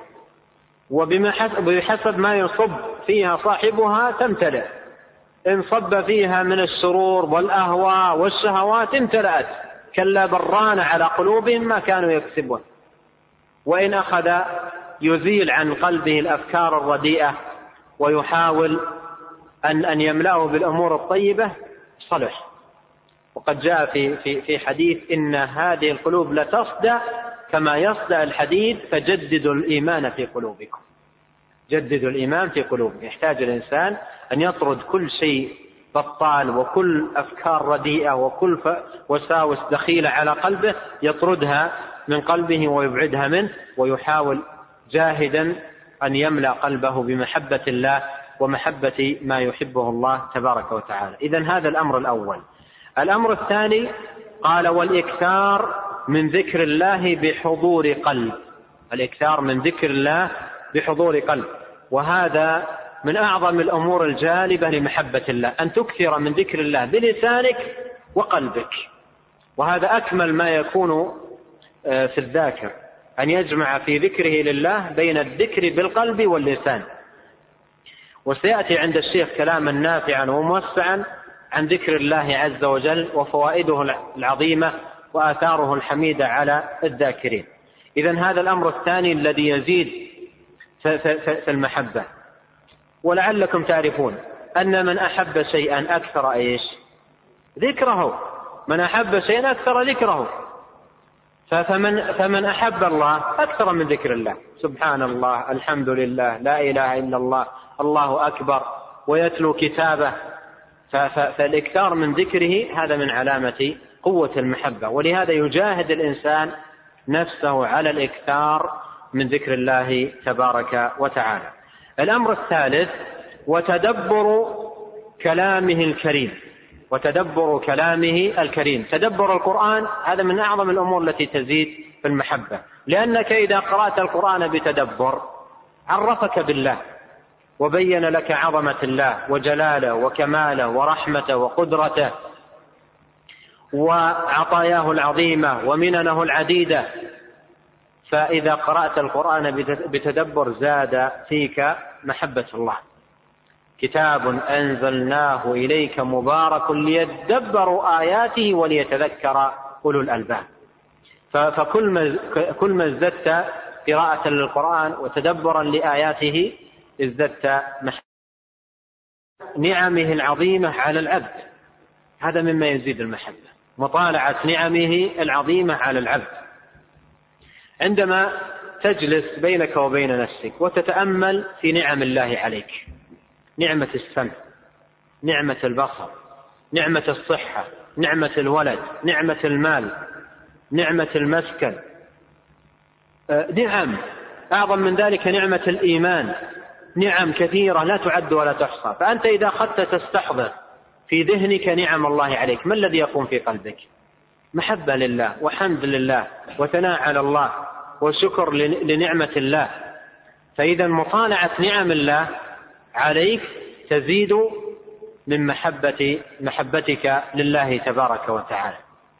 وبحسب ما يصب فيها صاحبها تمتلئ. إن صب فيها من السرور والأهواء والشهوات امتلأت، كلا بران على قلوبهم ما كانوا يكسبون. وإن أخذ يزيل عن قلبه الأفكار الرديئة ويحاول أن أن يملأه بالأمور الطيبة صلح. وقد جاء في في في حديث إن هذه القلوب لتصدأ كما يصدأ الحديد، فجددوا الإيمان في قلوبكم. جددوا الإيمان في قلوبكم. يحتاج الإنسان أن يطرد كل شيء بطال وكل أفكار رديئة وكل وساوس دخيلة على قلبه، يطردها من قلبه ويبعدها منه، ويحاول جاهدا أن يملأ قلبه بمحبة الله ومحبة ما يحبه الله تبارك وتعالى. إذن هذا الأمر الأول. الأمر الثاني قال: والإكثار من ذكر الله بحضور قلب. الإكثار من ذكر الله بحضور قلب، وهذا من أعظم الأمور الجالبة لمحبة الله، أن تكثر من ذكر الله بلسانك وقلبك. وهذا أكمل ما يكون في الذاكر، أن يجمع في ذكره لله بين الذكر بالقلب واللسان. وسيأتي عند الشيخ كلاما نافعا وموسعا عن ذكر الله عز وجل وفوائده العظيمة وآثاره الحميدة على الذاكرين. إذن هذا الأمر الثاني الذي يزيد في المحبة. ولعلكم تعرفون أن من أحب شيئا أكثر إيش؟ ذكره. من أحب شيئا أكثر ذكره. فمن, فمن أحب الله أكثر من ذكر الله، سبحان الله، الحمد لله، لا إله إلا الله، الله أكبر، ويتلو كتابه. فالإكثار من ذكره هذا من علامة قوة المحبة، ولهذا يجاهد الإنسان نفسه على الإكثار من ذكر الله تبارك وتعالى. الأمر الثالث: وتدبر كلامه الكريم. وتدبر كلامه الكريم. تدبر القرآن هذا من أعظم الأمور التي تزيد في المحبة، لأنك إذا قرأت القرآن بتدبر عرفك بالله، وبين لك عظمة الله وجلاله وكماله ورحمته وقدرته وعطاياه العظيمة ومننه العديدة. فإذا قرأت القرآن بتدبر زاد فيك محبة الله. كتاب أنزلناه إليك مبارك ليدبروا آياته وليتذكر أولو الألباب. فكل ما كل ما ازددت قراءة للقرآن وتدبرا لآياته ازددت محبة نعمه العظيمة على العبد. هذا مما يزيد المحبة، مطالعة نعمه العظيمة على العبد. عندما تجلس بينك وبين نفسك وتتأمل في نعم الله عليك، نعمة السمع، نعمة البصر، نعمة الصحة، نعمة الولد، نعمة المال، نعمة المسكن، نعم أعظم من ذلك نعمة الإيمان، نعم كثيرة لا تعد ولا تحصى. فأنت إذا أخذت تستحضر في ذهنك نعم الله عليك، ما الذي يقوم في قلبك؟ محبة لله وحمد لله وثناء على الله وشكر لنعمة الله. فإذا مطالعة نعم الله عليك تزيد من محبة محبتك لله تبارك وتعالى،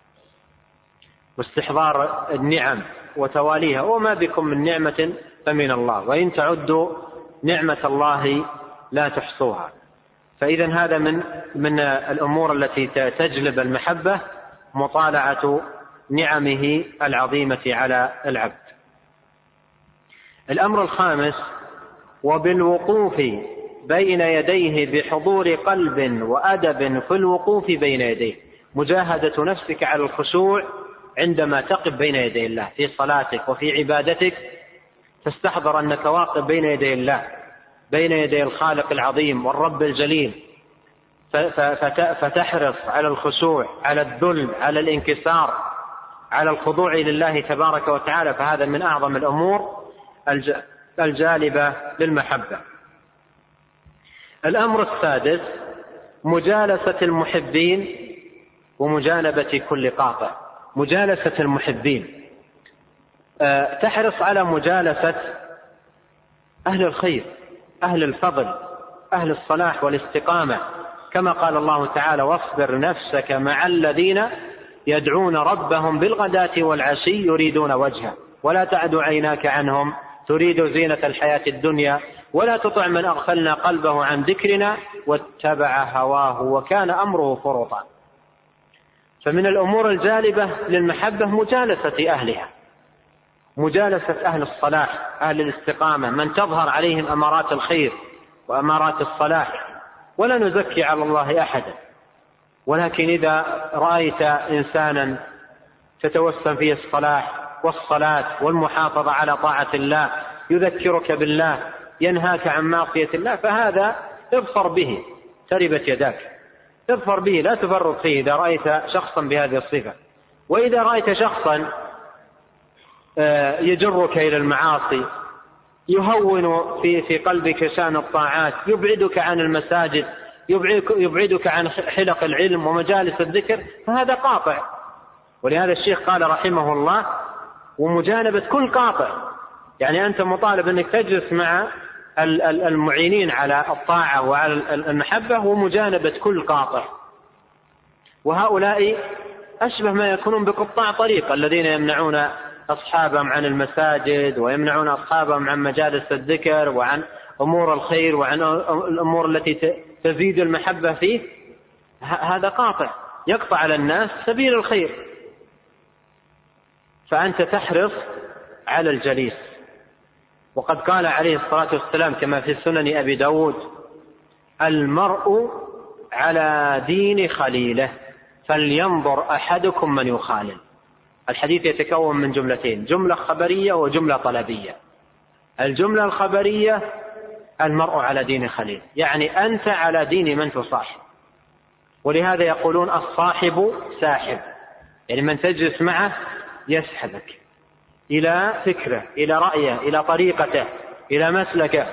واستحضار النعم وتواليها. وما بكم من نعمة فمن الله، وإن تعدوا نعمة الله لا تحصوها. فإذا هذا من من الأمور التي تجلب المحبة، مطالعة نعمه العظيمة على العبد. الأمر الخامس: وبالوقوف بين يديه بحضور قلب وأدب في الوقوف بين يديه. مجاهدة نفسك على الخشوع عندما تقف بين يدي الله في صلاتك وفي عبادتك، تستحضر أنك واقف بين يدي الله، بين يدي الخالق العظيم والرب الجليل، فتحرص على الخشوع، على الذل، على الانكسار، على الخضوع لله تبارك وتعالى. فهذا من أعظم الأمور الجالبة للمحبة. الأمر السادس مجالسة المحبين ومجانبة كل قاطع. مجالسة المحبين، أه تحرص على مجالسة أهل الخير، أهل الفضل، أهل الصلاح والاستقامة، كما قال الله تعالى: واصبر نفسك مع الذين يدعون ربهم بالغداة والعشي يريدون وجهه ولا تعد عيناك عنهم تريد زينة الحياة الدنيا ولا تطع من أغفلنا قلبه عن ذكرنا واتبع هواه وكان أمره فرطا. فمن الأمور الجالبة للمحبة مجالسة أهلها، مجالسة أهل الصلاح، أهل الاستقامة، من تظهر عليهم أمارات الخير وأمارات الصلاح. ولا نزكي على الله أحدا، ولكن إذا رأيت إنسانا تتوسم فيه الصلاح والصلاة والمحافظة على طاعة الله، يذكرك بالله، ينهاك عن معصية الله، فهذا اظفر به، تربت يداك، اظفر به، لا تفرط فيه إذا رأيت شخصا بهذه الصفة. وإذا رأيت شخصا يجرك إلى المعاصي، يهون في في قلبك شأن الطاعات، يبعدك عن المساجد، يبعدك عن حلق العلم ومجالس الذكر، فهذا قاطع. ولهذا الشيخ قال رحمه الله: ومجانبة كل قاطع. يعني أنت مطالب أنك تجلس مع المعينين على الطاعة وعلى المحبة ومجانبة كل قاطع. وهؤلاء أشبه ما يكونون بقطاع طريق الذين يمنعون أصحابهم عن المساجد ويمنعون أصحابهم عن مجالس الذكر وعن أمور الخير وعن الأمور التي تزيد المحبة فيه. هذا قاطع يقطع على الناس سبيل الخير. فأنت تحرص على الجليس. وقد قال عليه الصلاة والسلام كما في سنن أبي داود: المرء على دين خليله فلينظر أحدكم من يخالل. الحديث يتكون من جملتين: جملة خبرية وجملة طلبية. الجملة الخبرية: المرء على دين خليل، يعني أنت على دين من تصاحب. ولهذا يقولون الصاحب ساحب، يعني من تجلس معه يسحبك إلى فكره، إلى رأيه، إلى طريقته، إلى مسلكه.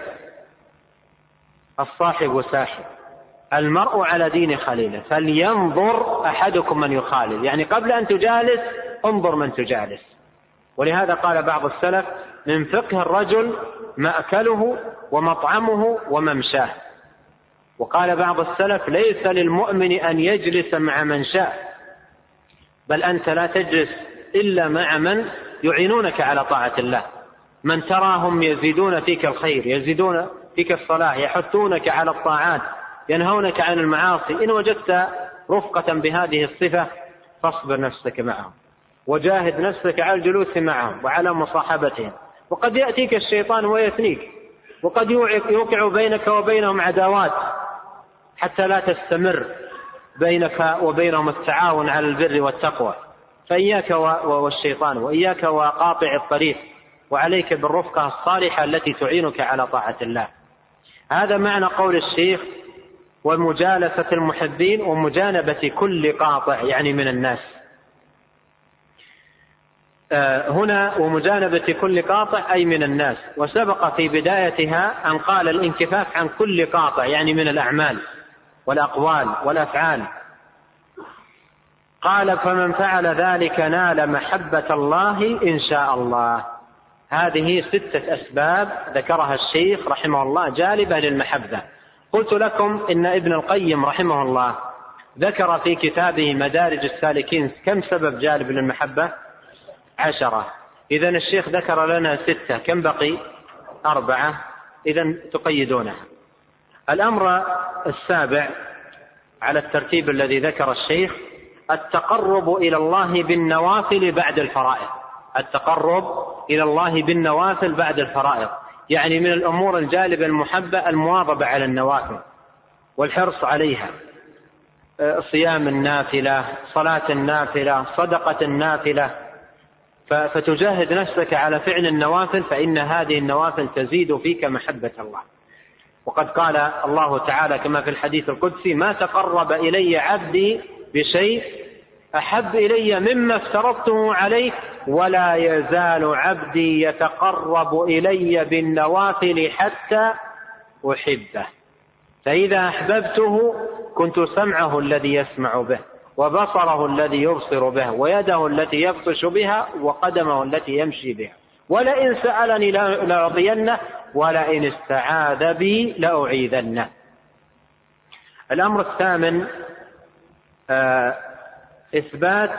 الصاحب ساحب. المرء على دين خليله فلينظر أحدكم من يخالل، يعني قبل أن تجالس انظر من تجالس. ولهذا قال بعض السلف: من فقه الرجل مأكله ومطعمه وممشاه. وقال بعض السلف: ليس للمؤمن أن يجلس مع من شاء، بل أنت لا تجلس إلا مع من يعينونك على طاعة الله، من تراهم يزيدون فيك الخير، يزيدون فيك الصلاح، يحثونك على الطاعات، ينهونك عن المعاصي. إن وجدت رفقة بهذه الصفة فاصبر نفسك معهم وجاهد نفسك على الجلوس معهم وعلى مصاحبتهم. وقد يأتيك الشيطان ويثنيك، وقد يوقع بينك وبينهم عداوات حتى لا تستمر بينك وبينهم التعاون على البر والتقوى. فإياك والشيطان، وإياك وقاطع الطريق، وعليك بالرفقة الصالحة التي تعينك على طاعة الله. هذا معنى قول الشيخ: ومجالسة المحبين ومجانبة كل قاطع، يعني من الناس. هنا ومجانبة كل قاطع أي من الناس. وسبق في بدايتها أن قال الانكفاف عن كل قاطع، يعني من الأعمال والأقوال والأفعال. قال: فمن فعل ذلك نال محبة الله إن شاء الله. هذه ستة أسباب ذكرها الشيخ رحمه الله جالبة للمحبة. قلت لكم إن ابن القيم رحمه الله ذكر في كتابه مدارج السالكين كم سبب جالب للمحبة؟ عشرة. إذن الشيخ ذكر لنا ستة، كم بقي؟ أربعة. إذن تقيدونها. الأمر السابع على الترتيب الذي ذكر الشيخ: التقرب إلى الله بالنوافل بعد الفرائض. التقرب إلى الله بالنوافل بعد الفرائض، يعني من الأمور الجالبة المحبة المواظبة على النوافل والحرص عليها، صيام النافلة، صلاة النافلة، صدقة النافلة. فتجاهد نفسك على فعل النوافل، فإن هذه النوافل تزيد فيك محبة الله. وقد قال الله تعالى كما في الحديث القدسي: ما تقرب إلي عبدي بشيء أحب إلي مما افترضته عليه، ولا يزال عبدي يتقرب إلي بالنوافل حتى أحبه. فإذا أحببته كنت سمعه الذي يسمع به، وبصره الذي يبصر به، ويده التي يبطش بها، وقدمه التي يمشي بها. ولئن سألني لأعطينه، ولئن استعاذ بي لأعيذنه. الأمر الثامن إثبات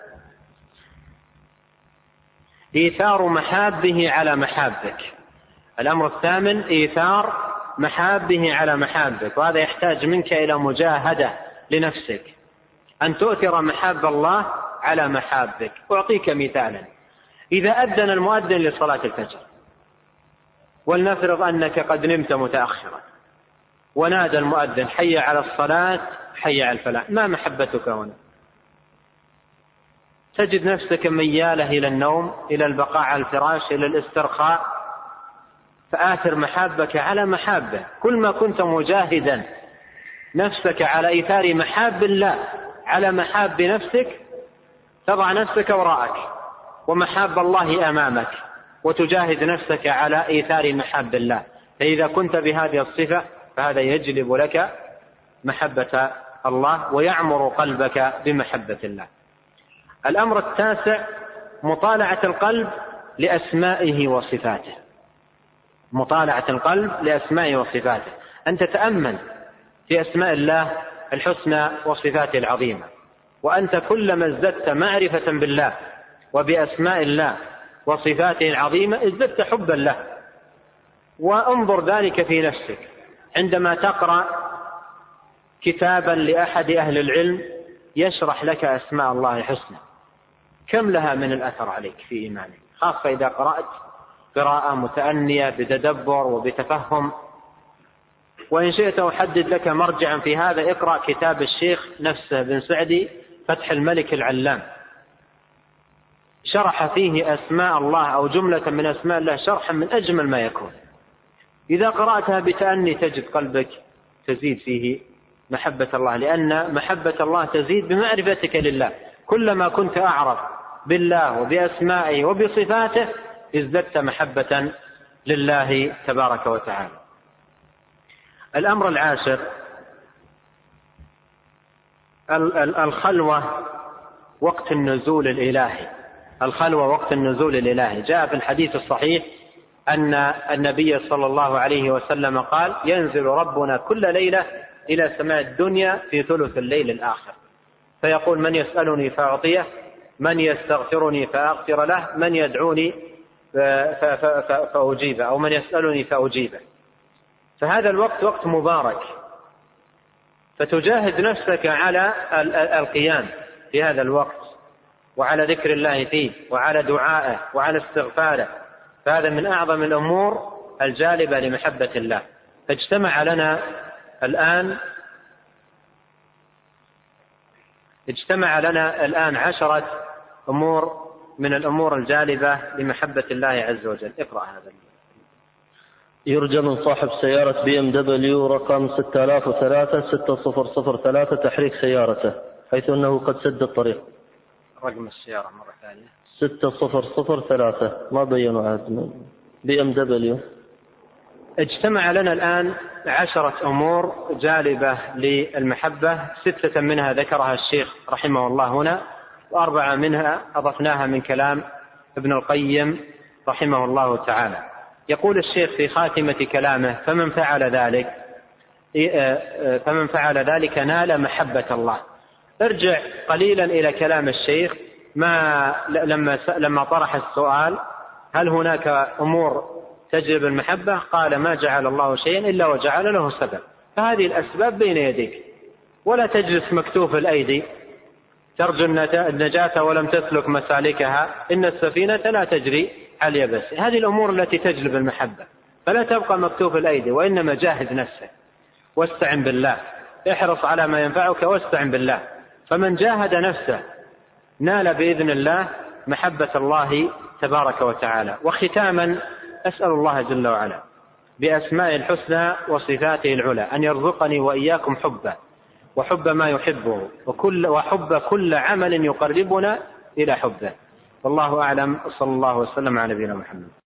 إيثار محابه على محابك. الأمر الثامن إيثار محابه على محابك، وهذا يحتاج منك إلى مجاهدة لنفسك، أن تؤثر محاب الله على محابك. أعطيك مثالا: إذا أذن المؤذن لصلاة الفجر، ولنفرض أنك قد نمت متأخرا، ونادى المؤذن حي على الصلاة حي على الفلاح، ما محبتك هنا؟ تجد نفسك ميالة إلى النوم، إلى البقاء على الفراش، إلى الاسترخاء. فآثر محابك على محابه. كل ما كنت مجاهدا نفسك على إيثار محاب الله على محاب نفسك، تضع نفسك وراءك ومحاب الله أمامك، وتجاهد نفسك على إيثار محاب الله. فإذا كنت بهذه الصفة فهذا يجلب لك محبة الله ويعمر قلبك بمحبة الله. الأمر التاسع مطالعة القلب لأسمائه وصفاته. مطالعة القلب لأسمائه وصفاته، أن تتأمل في أسماء الله الحسنى وصفاته العظيمة، وأنت كلما ازددت معرفة بالله وبأسماء الله وصفاته العظيمة ازددت حبا له. وانظر ذلك في نفسك عندما تقرأ كتابا لأحد أهل العلم يشرح لك أسماء الله الحسنى، كم لها من الأثر عليك في إيمانك، خاصة إذا قرأت قراءة متأنية بتدبر وبتفهم. وإن شئت أحدد لك مرجعا في هذا، اقرأ كتاب الشيخ نفسه بن سعدي فتح الملك العلام، شرح فيه أسماء الله أو جملة من أسماء الله شرحا من أجمل ما يكون. إذا قرأتها بتأني تجد قلبك تزيد فيه محبة الله، لأن محبة الله تزيد بمعرفتك لله. كلما كنت أعرف بالله وبأسمائه وبصفاته ازددت محبة لله تبارك وتعالى. الأمر العاشر الخلوة وقت النزول الإلهي. الخلوة وقت النزول الإلهي جاء في الحديث الصحيح أن النبي صلى الله عليه وسلم قال: ينزل ربنا كل ليلة إلى سماء الدنيا في ثلث الليل الآخر، فيقول: من يسألني فأعطيه، من يستغفرني فأغفر له، من يدعوني فأجيبه، أو من يسألني فأجيبه. فهذا الوقت وقت مبارك، فتجاهد نفسك على القيام في هذا الوقت، وعلى ذكر الله فيه، وعلى دعائه، وعلى استغفاره. فهذا من أعظم الأمور الجالبة لمحبة الله. فاجتمع لنا الآن اجتمع لنا الآن عشرة أمور من الأمور الجالبة لمحبة الله عز وجل. اقرأ هذا. يرجى من صاحب سيارة بي ام دبليو رقم ستة آلاف وثلاثة ستة صفر صفر ثلاثة تحريك سيارته، حيث أنه قد سد الطريق. رقم السيارة مرة ثانية ستة صفر صفر ثلاثة، ما بينوا عاد. بي ام دبليو. اجتمع لنا الآن عشرة أمور جالبة للمحبة، ستة منها ذكرها الشيخ رحمه الله هنا، وأربعة منها أضفناها من كلام ابن القيم رحمه الله تعالى. يقول الشيخ في خاتمة كلامه: فمن فعل ذلك فمن فعل ذلك نال محبة الله. ارجع قليلا إلى كلام الشيخ ما لما لما طرح السؤال: هل هناك أمور تجلب المحبة؟ قال: ما جعل الله شيئا إلا وجعل له سبب، فهذه الأسباب بين يديك، ولا تجلس مكتوف الأيدي ترجو النجاة ولم تسلك مسالكها، إن السفينة لا تجري على اليبس. هذه الأمور التي تجلب المحبة، فلا تبقى مكتوف الأيدي، وإنما جاهد نفسك واستعن بالله، احرص على ما ينفعك واستعن بالله. فمن جاهد نفسه نال بإذن الله محبة الله تبارك وتعالى. وختاما أسأل الله جل وعلا بأسماء الحسنى وصفاته العلى أن يرزقني وإياكم حبه، وحب ما يحبه وكل وحب كل عمل يقربنا إلى حبه. والله أعلم، صلى الله وسلم على نبينا محمد.